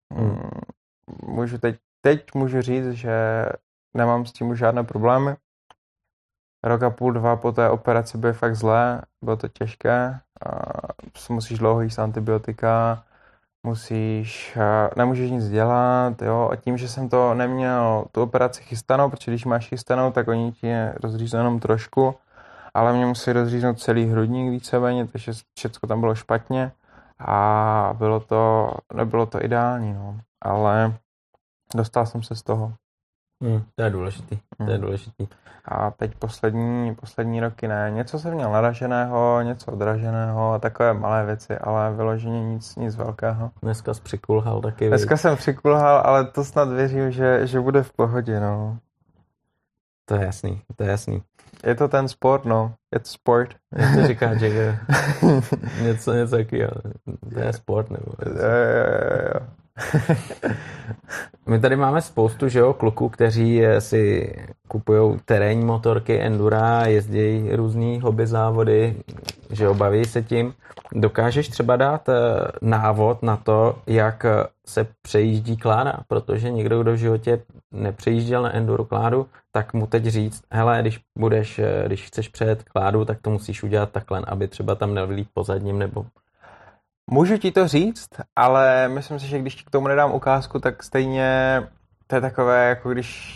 [SPEAKER 2] Teď můžu říct, že nemám s tím už žádné problémy. Rok a půl, 2 po té operaci bylo fakt zlé, bylo to těžké. Musíš dlouho jíst antibiotika, nemůžeš nic dělat, jo, a tím, že jsem to neměl tu operaci chystanou, protože když máš chystanou, tak oni ti rozříznou jenom trošku, ale mě museli rozříznout celý hrudník víceméně, takže všechno tam bylo špatně a nebylo to ideální, no, ale dostal jsem se z toho.
[SPEAKER 1] To je důležitý.
[SPEAKER 2] A teď poslední roky ne. Něco jsem měl naraženého, něco odraženého, takové malé věci, ale vyloženě nic velkého.
[SPEAKER 1] Dneska jsi přikulhal taky.
[SPEAKER 2] Dneska jsem přikulhal, ale to snad věřím, že bude v pohodě, no.
[SPEAKER 1] To je jasný.
[SPEAKER 2] Je to ten sport, no. Je to sport.
[SPEAKER 1] Jak to říká Jagger? něco takového. To je sport, nebo?
[SPEAKER 2] Jo.
[SPEAKER 1] My tady máme spoustu, že jo, kluků, kteří si kupují terénní motorky, endura, jezdí různý hobby závody, že jo, baví se tím. Dokážeš třeba dát návod na to, jak se přejíždí kláda, protože někdo, kdo v životě nepřejížděl na enduro kládu, tak mu teď říct, hele, když chceš přejet kládu, tak to musíš udělat takhle, aby třeba tam nevlít po zadním nebo...
[SPEAKER 2] Můžu ti to říct, ale myslím si, že když k tomu nedám ukázku, tak stejně to je takové, jako když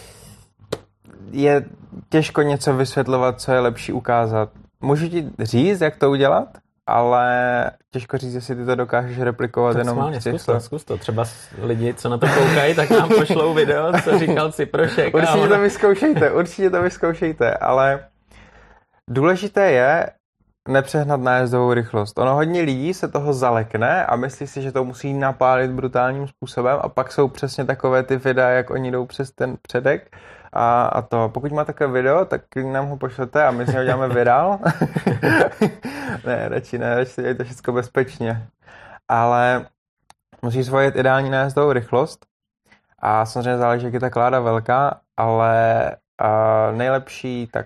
[SPEAKER 2] je těžko něco vysvětlovat, co je lepší ukázat. Můžu ti říct, jak to udělat, ale těžko říct, jestli ty to dokážeš replikovat
[SPEAKER 1] tak
[SPEAKER 2] jenom
[SPEAKER 1] z těchto. Zkus to. Třeba lidi, co na to koukají, tak nám pošlou video, co říkal Ciprošek.
[SPEAKER 2] Určitě to vyzkoušejte, ale důležité je nepřehnat nájezdovou rychlost. Ono hodně lidí se toho zalekne a myslí si, že to musí napálit brutálním způsobem a pak jsou přesně takové ty videa, jak oni jdou přes ten předek a to. Pokud má takové video, tak nám ho pošlete a my si ho děláme virál. Ne, radši dělejte všechno bezpečně. Ale musíš svojet ideální nájezdovou rychlost a samozřejmě záleží, jak je ta kláda velká, ale nejlepší tak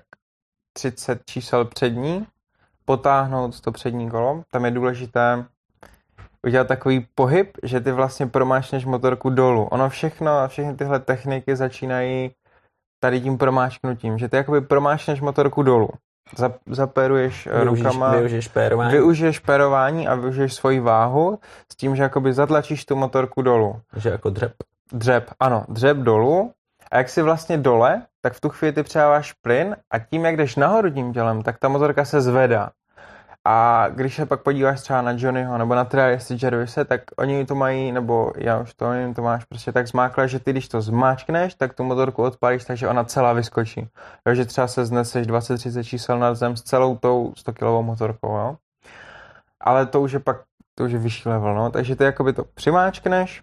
[SPEAKER 2] 30 čísel přední, potáhnout to přední kolo. Tam je důležité udělat takový pohyb, že ty vlastně promáčneš motorku dolů. Ono všechny tyhle techniky začínají tady tím promáčknutím, že ty jakoby promáčneš motorku dolů. Zaperuješ rukama, využiješ pérování a využiješ svoji váhu s tím, že jakoby zatlačíš tu motorku dolů.
[SPEAKER 1] Že jako dřep.
[SPEAKER 2] Dřep, ano, dřep dolů. A jak jsi vlastně dole, tak v tu chvíli ty přidáváš plyn a tím, jak jdeš nahoru tím tělem, tak ta motorka se zvedá. A když se pak podíváš třeba na Johnnyho nebo na Trial Jervise, tak oni to mají, nebo já už to, oni to máš prostě tak zmákle, že ty když to zmáčkneš, tak tu motorku odpálíš, takže ona celá vyskočí. Takže třeba se zneseš 20-30 čísel nad zem s celou tou 100 kg motorkou, jo. Ale to už je vyšší level, no. Takže ty jakoby to přimáčkneš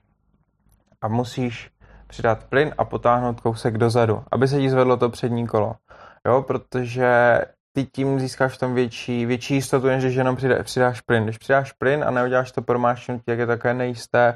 [SPEAKER 2] a musíš přidat plyn a potáhnout kousek dozadu, aby se ti zvedlo to přední kolo. Jo, protože ty tím získáš v tom větší jistotu, než když jenom přidáš plyn. Když přidáš plyn a neuděláš to promáčknutí, jak je také nejisté,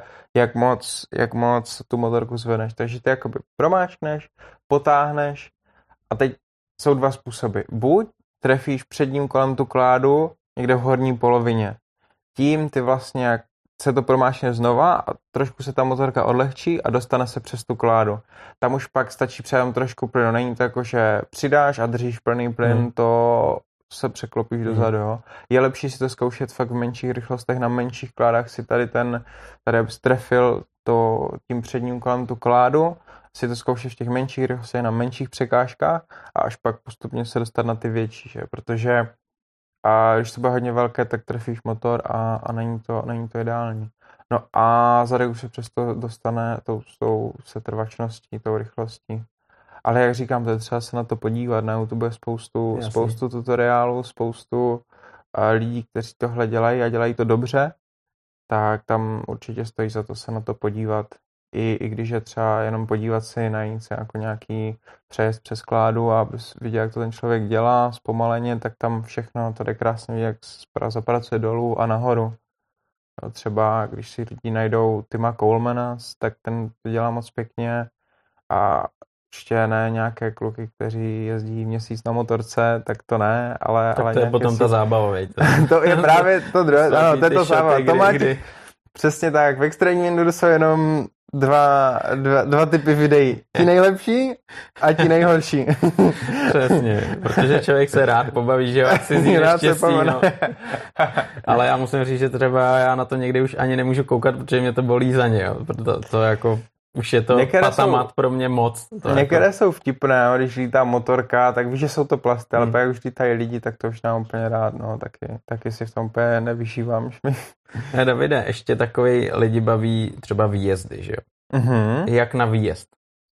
[SPEAKER 2] jak moc tu motorku zvedneš. Takže ty jakoby promáčkneš, potáhneš a teď jsou dva způsoby. Buď trefíš předním kolem tu kládu někde v horní polovině. Tím ty vlastně se to promáčne znova a trošku se ta motorka odlehčí a dostane se přes tu kládu. Tam už pak stačí přidat trošku plynu. Není to jako, že přidáš a držíš plný plyn, to se překlopíš dozadu. Jo. Je lepší si to zkoušet fakt v menších rychlostech, na menších kládách si tady abys trefil tím předním kolem tu kládu, si to zkoušet v těch menších rychlostech na menších překážkách a až pak postupně se dostat na ty větší, že? Protože když to bude hodně velké, tak trefíš motor a není to ideální. No a zadek už se přesto dostane tou setrvačností, tou rychlostí. Ale jak říkám, to je třeba se na to podívat. Na YouTube je spoustu tutoriálů, spoustu lidí, kteří tohle dělají a dělají to dobře, tak tam určitě stojí za to se na to podívat. I když je třeba jenom podívat si na něco jako nějaký přejezd přes kládu a abys viděl, jak to ten člověk dělá zpomaleně, tak tam všechno to jde krásně vidět, jak zapracuje dolů a nahoru. No, třeba když si lidi najdou Tima Colemana, tak ten to dělá moc pěkně a ještě ne nějaké kluky, kteří jezdí měsíc na motorce, tak to ne, ale...
[SPEAKER 1] Tak to je potom ta zábava, veď.
[SPEAKER 2] To je právě to druhé, ano, to je to zábava. To máte přesně tak, v extrémní enduro jsou jenom dva typy videí. Ti nejlepší a ti nejhorší.
[SPEAKER 1] Přesně, protože člověk se rád pobaví, že jo, asi zjí neštěstí, no. Ale já musím říct, že třeba já na to někdy už ani nemůžu koukat, protože mě to bolí za ně, jo. Proto to jako... Už je to patamat pro mě moc.
[SPEAKER 2] Některé jsou vtipné, když lítá motorka, tak víš, že jsou to plasty, ale pak jak už lítají lidi, tak to už nám úplně rád, no, taky si v tom úplně nevyšívám.
[SPEAKER 1] Davide, ještě takový lidi baví třeba výjezdy, že jo? Mm-hmm. Jak na výjezd?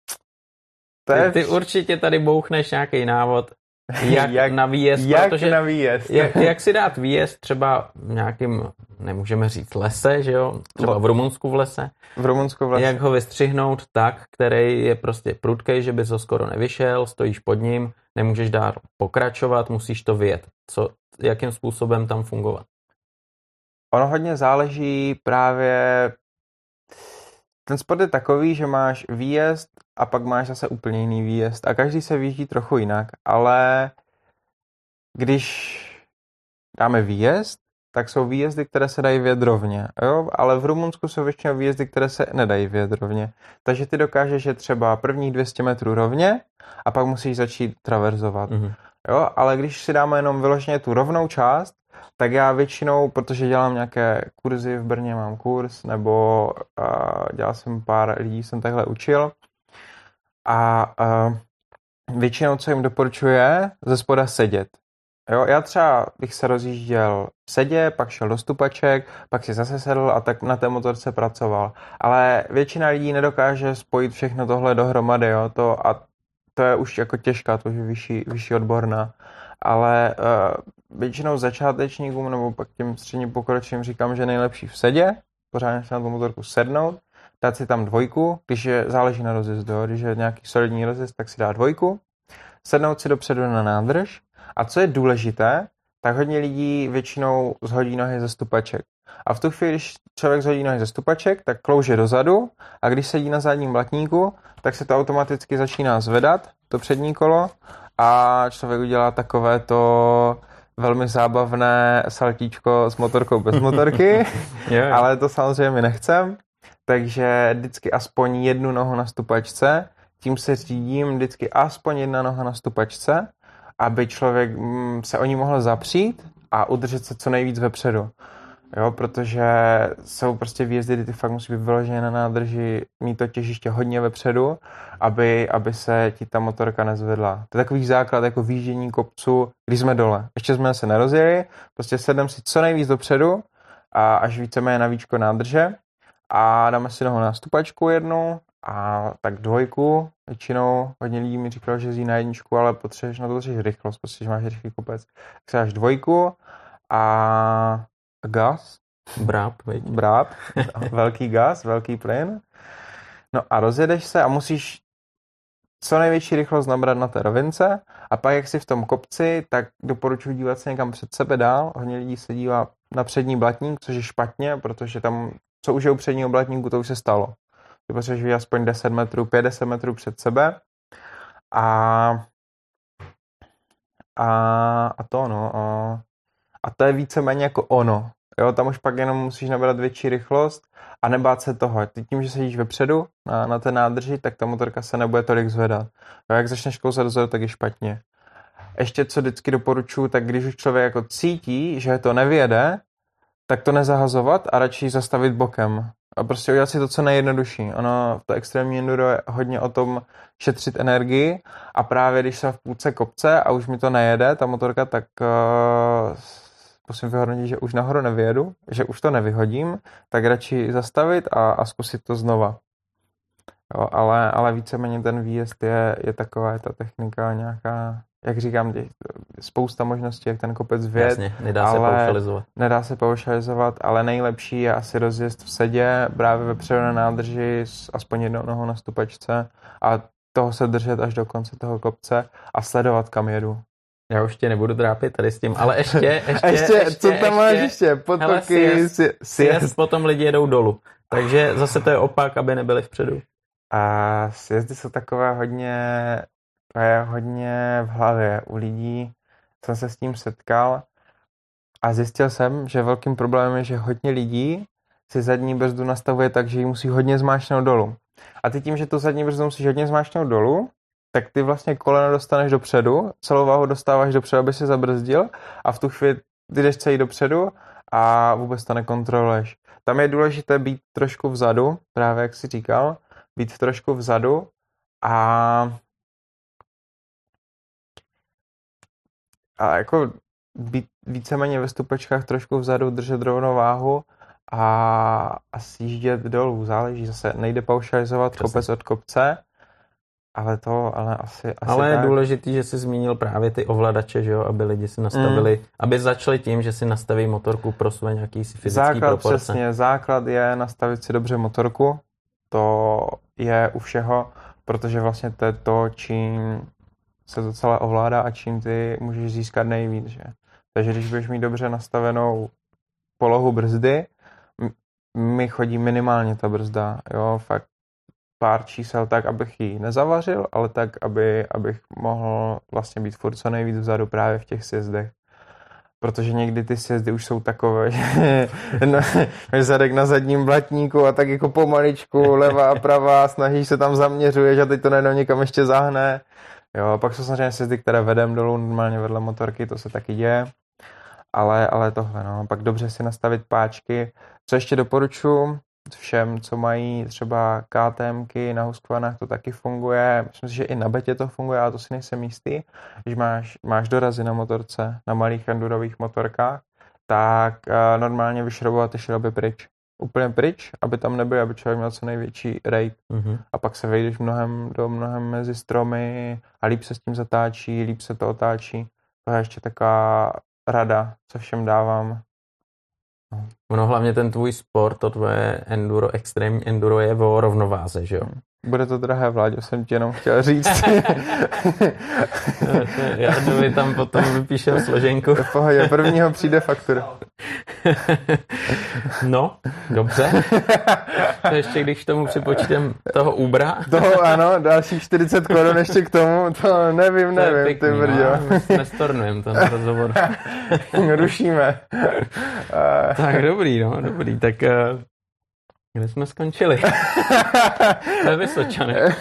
[SPEAKER 1] Ty určitě tady bouchneš nějaký návod, jak na výjezd, protože
[SPEAKER 2] na výjezd.
[SPEAKER 1] Jak si dát výjezd třeba v nějakým, nemůžeme říct lese, že jo? Třeba v Rumunsku v lese. Jak ho vystřihnout tak, který je prostě prudkej, že bys ho skoro nevyšel, stojíš pod ním, nemůžeš dál pokračovat, musíš to vyjet. Jakým způsobem tam fungovat?
[SPEAKER 2] Ono hodně záleží právě... Ten sport je takový, že máš výjezd a pak máš zase úplně jiný výjezd a každý se vyjíždí trochu jinak, ale když dáme výjezd, tak jsou výjezdy, které se dají vyjet rovně, jo? Ale v Rumunsku jsou většinou výjezdy, které se nedají vyjet rovně. Takže ty dokážeš, že třeba prvních 200 metrů rovně a pak musíš začít traverzovat. Mm-hmm. Jo? Ale když si dáme jenom vyloženě tu rovnou část, tak já většinou, protože dělám nějaké kurzy, v Brně mám kurz, nebo dělal jsem pár lidí, jsem takhle učil a většinou, co jim doporučuje, ze spoda sedět. Jo, já třeba bych se rozjížděl v sedě, pak šel do stupaček, pak si zase sedl a tak na té motorce pracoval. Ale většina lidí nedokáže spojit všechno tohle dohromady, jo, to je už jako těžká, to je vyšší odborná. Ale většinou začátečníkům nebo pak těm středním pokročilým říkám, že nejlepší v sedě, pořádně se na tu motorku sednout, dát si tam dvojku, záleží na rozjezdu, když je nějaký solidní rozjezd, tak si dá dvojku, sednout si dopředu na nádrž a co je důležité, tak hodně lidí většinou zhodí nohy ze stupaček. A v tu chvíli, když člověk zhodí nohy ze stupaček, tak klouže dozadu a když sedí na zadním blatníku, tak se to automaticky začíná zvedat, to přední kolo, a člověk udělá takové to velmi zábavné saltíčko s motorkou bez motorky, ale to samozřejmě nechcem, takže vždycky aspoň jednu nohu na stupačce, tím se řídím vždycky aspoň jedna noha na stupačce, aby člověk se o ní mohl zapřít a udržet se co nejvíc vepředu. Jo, protože jsou prostě výjezdy, kdy ty fakt musí být vyložené na nádrži, mít to těžiště hodně vepředu, aby se ti ta motorka nezvedla. To je takový základ jako výjíždění kopců, když jsme dole. Ještě jsme se nerozjeli, prostě sedneme si co nejvíc dopředu a až víceméně na víčko nádrže a dáme si nohu na stupačku jednu a tak dvojku. Většinou hodně lidí mi říkalo, že jezdí na jedničku, ale potřebuješ na to rychlost, prostě, že máš rychlý kopec. Tak si dáš dvojku a gas. Bráp. Velký gas, velký plyn. No a rozjedeš se a musíš co největší rychlost nabrat na té rovince a pak jak jsi v tom kopci, tak doporučuji dívat se někam před sebe dál. Hodně lidí se dívá na přední blatník, což je špatně, protože tam, co už je u předního blatníku, to už se stalo. Ty potřebuješ vidět aspoň 10 metrů, 50 metrů před sebe a to je víceméně jako ono. Jo, tam už pak jenom musíš nabrat větší rychlost a nebát se toho. Ty tím, že sedíš vepředu na té nádrži, tak ta motorka se nebude tolik zvedat. Jo, jak začneš kousat dozadu, tak je špatně. Ještě co vždycky doporučuji, tak když už člověk jako cítí, že to nevyjede, tak to nezahazovat a radši zastavit bokem. A prostě udělat si to, co nejjednodušší. Ono, to extrémní enduro je hodně o tom šetřit energii a právě když jsem v půlce kopce a už mi to nejede, ta motorka, tak musím vyhodnotit, že už nahoru nevyjedu, že už to nevyhodím, tak radši zastavit a zkusit to znova. Jo, ale víceméně ten výjezd je taková ta technika nějaká, jak říkám, spousta možností, jak ten kopec vyjet.
[SPEAKER 1] Jasně, nedá se paušalizovat, ale nejlepší je asi rozjezd v sedě, právě vepředu na nádrži s aspoň jednou nohou na stupačce a toho se držet až do konce toho kopce a sledovat, kam jedu. Já už tě nebudu trápit tady s tím, ale ještě
[SPEAKER 2] co tam máš ještě? Potoky,
[SPEAKER 1] sjezd, potom lidi jedou dolů. Takže zase to je opak, aby nebyli vpředu.
[SPEAKER 2] A sjezdy jsou takové hodně v hlavě. U lidí jsem se s tím setkal a zjistil jsem, že velkým problémem je, že hodně lidí si zadní brzdu nastavuje tak, že ji musí hodně zmáčknout dolů. A ty tím, že tu zadní brzdu musíš hodně zmáčknout dolů, tak ty vlastně koleno dostaneš dopředu, celou váhu dostáváš dopředu, aby se zabrzdil a v tu chvíli ty jdeš celý dopředu a vůbec to nekontroluješ. Tam je důležité být trošku vzadu, právě jak jsi říkal, být trošku vzadu a jako být víceméně ve stupečkách trošku vzadu, držet rovnováhu a sjíždět dolů. Záleží, zase nejde paušalizovat kopec od kopce, ale asi
[SPEAKER 1] ale je důležitý, že jsi zmínil právě ty ovladače, že jo, aby lidi si nastavili, aby začali tím, že si nastaví motorku pro své nějaký fyzický proporce.
[SPEAKER 2] Přesně, základ je nastavit si dobře motorku, to je u všeho, protože vlastně to je to, čím se to celé ovládá a čím ty můžeš získat nejvíc, že? Takže když budeš mít dobře nastavenou polohu brzdy, mi chodí minimálně ta brzda, jo, fakt pár čísel tak, abych ji nezavařil, ale tak, abych mohl vlastně být furt co nejvíc vzadu právě v těch sjezdech. Protože někdy ty sjezdy už jsou takové, že máš zadek na zadním blatníku a tak jako pomaličku, levá a pravá, snažíš se tam zaměřuješ a teď to najednou někam ještě zahne. Jo, pak jsou samozřejmě sjezdy, které vedem dolů normálně vedle motorky, to se taky děje. Ale tohle, no, pak dobře si nastavit páčky. Co ještě doporučuji všem, co mají třeba KTMky na Husqvarnách, to taky funguje. Myslím si, že i na betě to funguje, ale to si nejsem jistý. Když máš dorazy na motorce, na malých endurových motorkách, tak normálně vyšroubovat ty šrouby pryč. Úplně pryč, aby tam nebyly, aby člověk měl co největší rate. A pak se vejdeš mnohem mezi stromy a líp se s tím zatáčí, líp se to otáčí. To je ještě taková rada, co všem dávám.
[SPEAKER 1] Ono hlavně ten tvůj sport, to tvoje enduro, extrémní enduro je o rovnováze, že jo?
[SPEAKER 2] Bude to drahé, Vláďo, jsem ti jenom chtěl říct.
[SPEAKER 1] Jardovi tam potom vypíšem složenku.
[SPEAKER 2] V pohodě, prvního přijde faktura.
[SPEAKER 1] No, dobře. To ještě když tomu připočtem toho Ubera.
[SPEAKER 2] Toho ano, dalších 40 korun ještě k tomu, to nevím,
[SPEAKER 1] pěkný, ty brďo. Nestornujeme to na rozhovor.
[SPEAKER 2] Rušíme.
[SPEAKER 1] Tak dobrý, tak kde jsme skončili? Ve Vysočanech.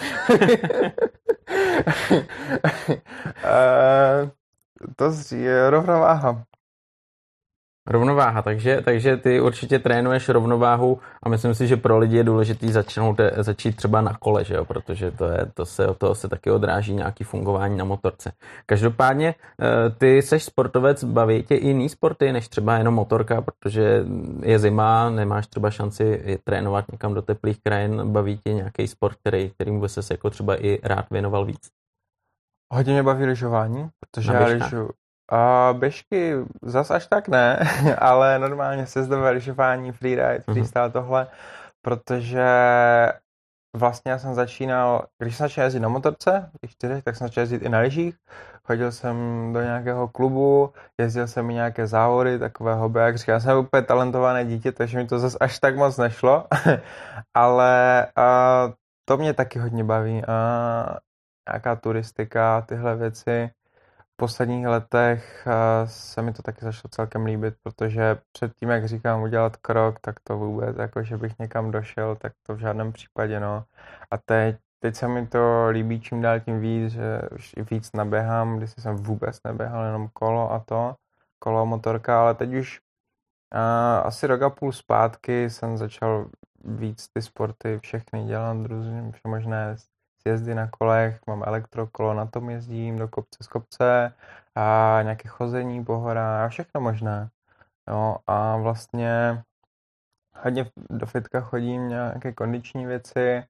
[SPEAKER 2] To je rovnováha.
[SPEAKER 1] Rovnováha, takže ty určitě trénuješ rovnováhu a myslím si, že pro lidi je důležitý začít třeba na kole, že jo? Protože od toho se taky odráží nějaký fungování na motorce. Každopádně ty seš sportovec, baví tě i jiný sporty, než třeba jenom motorka, protože je zima, nemáš třeba šanci trénovat někam do teplých krajin, baví tě nějaký sport, kterým by ses jako třeba i rád věnoval víc?
[SPEAKER 2] Hodně mě baví lyžování, protože já lyžuju. A běžky zas až tak ne, ale normálně sjezdové lyžování, freeride, freestyle tohle, protože vlastně já jsem začínal, když jsem začal jezdit na motorce, tak jsem začal jezdit i na lyžích, chodil jsem do nějakého klubu, jezdil jsem i nějaké závody, takové hobby, jak říkám, já jsem úplně talentované dítě, takže mi to zas až tak moc nešlo, ale to mě taky hodně baví, nějaká turistika, tyhle věci. V posledních letech se mi to taky začalo celkem líbit, protože předtím, jak říkám, udělat krok, tak to vůbec, jako že bych někam došel, tak to v žádném případě, no. A teď se mi to líbí čím dál tím víc, že už víc naběhám, když jsem vůbec neběhal, jenom kolo, motorka, ale teď už asi rok a půl zpátky jsem začal víc ty sporty všechny dělat, různě možné sjezdy na kolech, mám elektrokolo, na tom jezdím do kopce z kopce a nějaké chození po horách a všechno možné. Jo, a vlastně hodně do fitka chodím, nějaké kondiční věci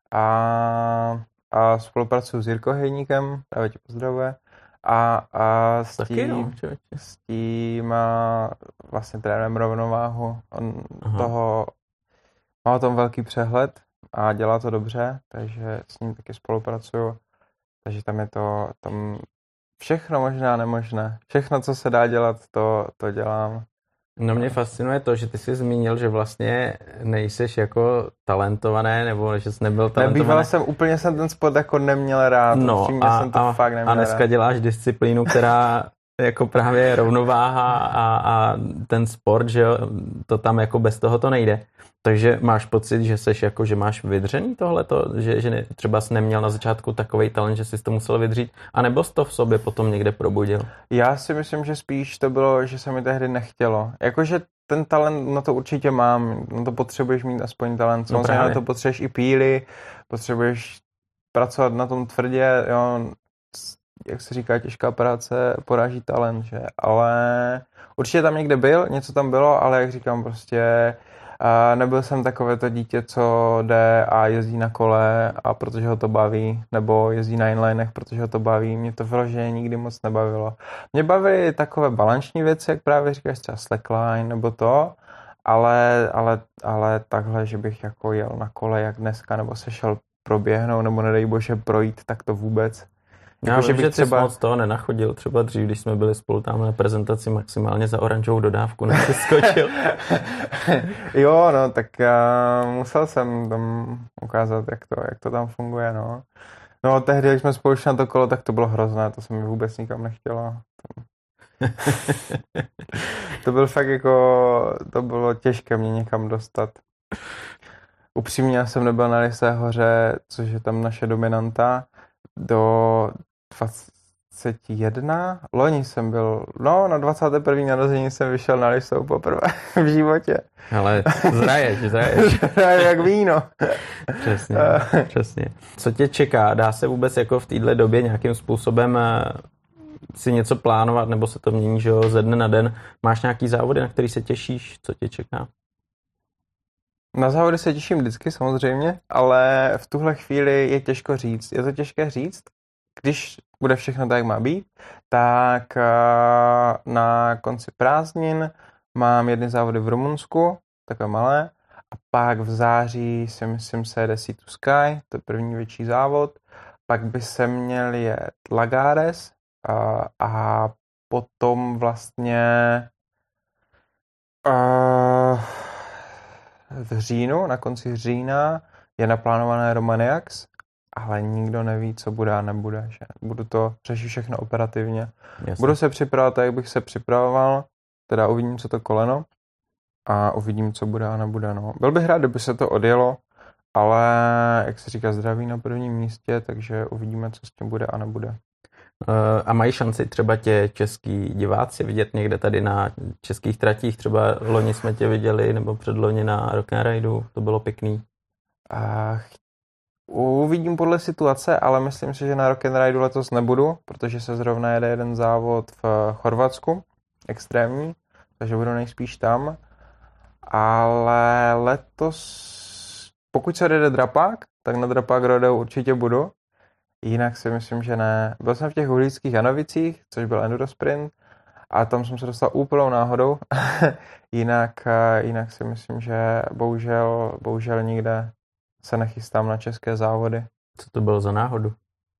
[SPEAKER 2] a spolupracuji s Jirkou Hejníkem, právě tě pozdravuje. A s tím vlastně trénujeme rovnováhu. On má o tom velký přehled a dělá to dobře, takže s ním taky spolupracuju. Takže tam je tam všechno možná nemožné. Všechno, co se dá dělat, to dělám.
[SPEAKER 1] No mě fascinuje to, že ty jsi zmínil, že vlastně nejseš jako talentované, nebo že jsi nebyl talentovaný.
[SPEAKER 2] Úplně jsem ten sport jako neměl rád.
[SPEAKER 1] No
[SPEAKER 2] jsem to fakt neměl
[SPEAKER 1] a dneska rád. Děláš disciplínu, která jako právě rovnováha a ten sport, že to tam jako bez toho to nejde. Takže máš pocit, že seš jako, že máš vydřený tohleto, že třeba jsi neměl na začátku takovej talent, že jsi to musel vydřít, anebo jsi to v sobě potom někde probudil?
[SPEAKER 2] Já si myslím, že spíš to bylo, že se mi tehdy nechtělo. Jakože ten talent, na to určitě mám, na to potřebuješ mít aspoň talent, samozřejmě na to potřebuješ i píly, potřebuješ pracovat na tom tvrdě, jo, jak se říká, těžká práce poráží talent, že? Ale určitě tam někde byl, něco tam bylo, ale jak říkám, prostě nebyl jsem takové to dítě, co jde a jezdí na kole a protože ho to baví, nebo jezdí na inlinech, protože ho to baví. Mě to vyloženě nikdy moc nebavilo. Mě baví takové balanční věci, jak právě říkáš, třeba slackline nebo to, ale takhle, že bych jako jel na kole jak dneska, nebo se šel proběhnout, nebo nedej bože projít, tak to vůbec.
[SPEAKER 1] Já vím, že ty moc toho nenachodil, třeba dřív, když jsme byli spolu tam na prezentaci, maximálně za oranžovou dodávku skočil.
[SPEAKER 2] Jo, no, tak musel jsem tam ukázat, jak to tam funguje, no. No, tehdy, jak jsme spolu šli na to kolo, tak to bylo hrozné, to se mi vůbec nikam nechtělo. To byl fakt jako, to bylo těžké mě někam dostat. Upřímně já jsem nebyl na Lysé hoře, což je tam naše dominanta, do 21. Loni jsem byl, na 21. narozeniny jsem vyšel na Lysou poprvé v životě.
[SPEAKER 1] Ale zraješ.
[SPEAKER 2] Jak víno.
[SPEAKER 1] Přesně. Co tě čeká? Dá se vůbec jako v této době nějakým způsobem si něco plánovat, nebo se to mění, že jo, ze dne na den? Máš nějaký závody, na který se těšíš? Co tě čeká?
[SPEAKER 2] Na závody se těším vždycky, samozřejmě, ale v tuhle chvíli je těžko říct. Je to těžké říct, když bude všechno tak, jak má být, tak na konci prázdnin mám 1 závody v Rumunsku, takové malé, a pak v září si myslím se jede Sea to Sky, to je první větší závod, pak by se měl jet Lagares a potom vlastně v říjnu, na konci října je naplánované Romaniax, ale nikdo neví, co bude a nebude. Že? Budu to řešit všechno operativně. Jasně. Budu se připravovat tak, jak bych se připravoval, teda uvidím, co to koleno a uvidím, co bude a nebude. No. Byl bych rád, kdyby se to odjelo, ale jak se říká, zdraví na prvním místě, takže uvidíme, co s tím bude a nebude.
[SPEAKER 1] A mají šanci třeba tě český diváci vidět někde tady na českých tratích? Třeba loni jsme tě viděli, nebo předloni na Rock and Rideu, to bylo pěkný.
[SPEAKER 2] Uvidím podle situace, ale myslím si, že na Rock and Rideu letos nebudu, protože se zrovna jede jeden závod v Chorvatsku, extrémní, takže budu nejspíš tam. Ale letos, pokud se jede drapák, tak na drapák rodeu určitě budu. Jinak si myslím, že ne. Byl jsem v těch Uhlíckých Janovicích, což byl enduro sprint, a tam jsem se dostal úplnou náhodou. jinak si myslím, že bohužel nikde se nechystám na české závody.
[SPEAKER 1] Co to bylo za náhodu?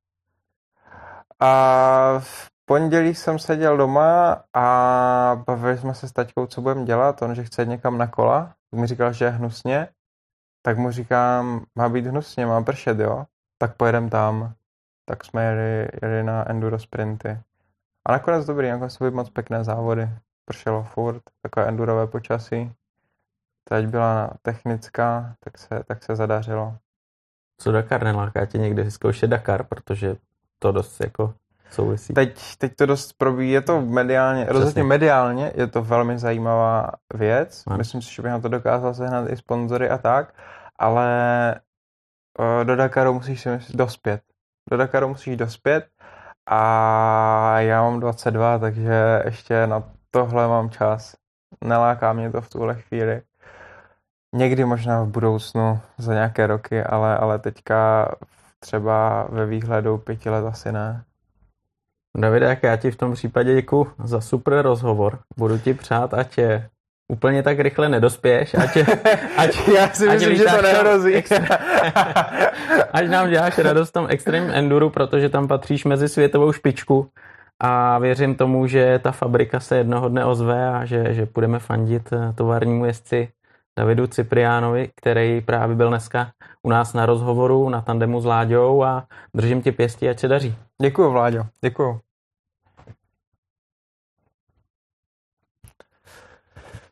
[SPEAKER 2] A v pondělí jsem seděl doma a bavili jsme se s taťkou, co budeme dělat. On, že chce jít někam na kola, tak mi říkal, že je hnusně. Tak mu říkám, má být hnusně, má pršet, jo? Tak pojedem tam. Tak jsme jeli na enduro sprinty. A nakonec dobrý, nakonec byly moc pěkné závody. Pršelo furt, takové endurové počasí. Teď byla technická, tak se zadařilo.
[SPEAKER 1] Co Dakar, neláká tě někdy zkoušet Dakar, protože to dost jako souvisí.
[SPEAKER 2] Teď to dost probíhá, je to mediálně, rozhodně mediálně je to velmi zajímavá věc. Myslím si, že bych na to dokázal sehnat i sponzory a tak, ale do Dakaru musíš dospět. Do Dakaru musíš dospět a já mám 22, takže ještě na tohle mám čas. Neláká mě to v tuhle chvíli. Někdy možná v budoucnu za nějaké roky, ale teďka třeba ve výhledu 5 let asi ne.
[SPEAKER 1] Davide, jak já ti v tom případě děkuji za super rozhovor. Budu ti přát, ať úplně tak rychle nedospěješ, ať
[SPEAKER 2] já si myslím, že to nehrozí.
[SPEAKER 1] Ať nám děláš radost v tom extrémním enduru, protože tam patříš mezi světovou špičku a věřím tomu, že ta fabrika se jednoho dne ozve a že budeme fandit továrnímu jezdci Davidu Cipriánovi, který právě byl dneska u nás na rozhovoru na tandemu s Láďou a držím ti pěstí, ať se daří.
[SPEAKER 2] Děkuju, Vláďo, děkuju.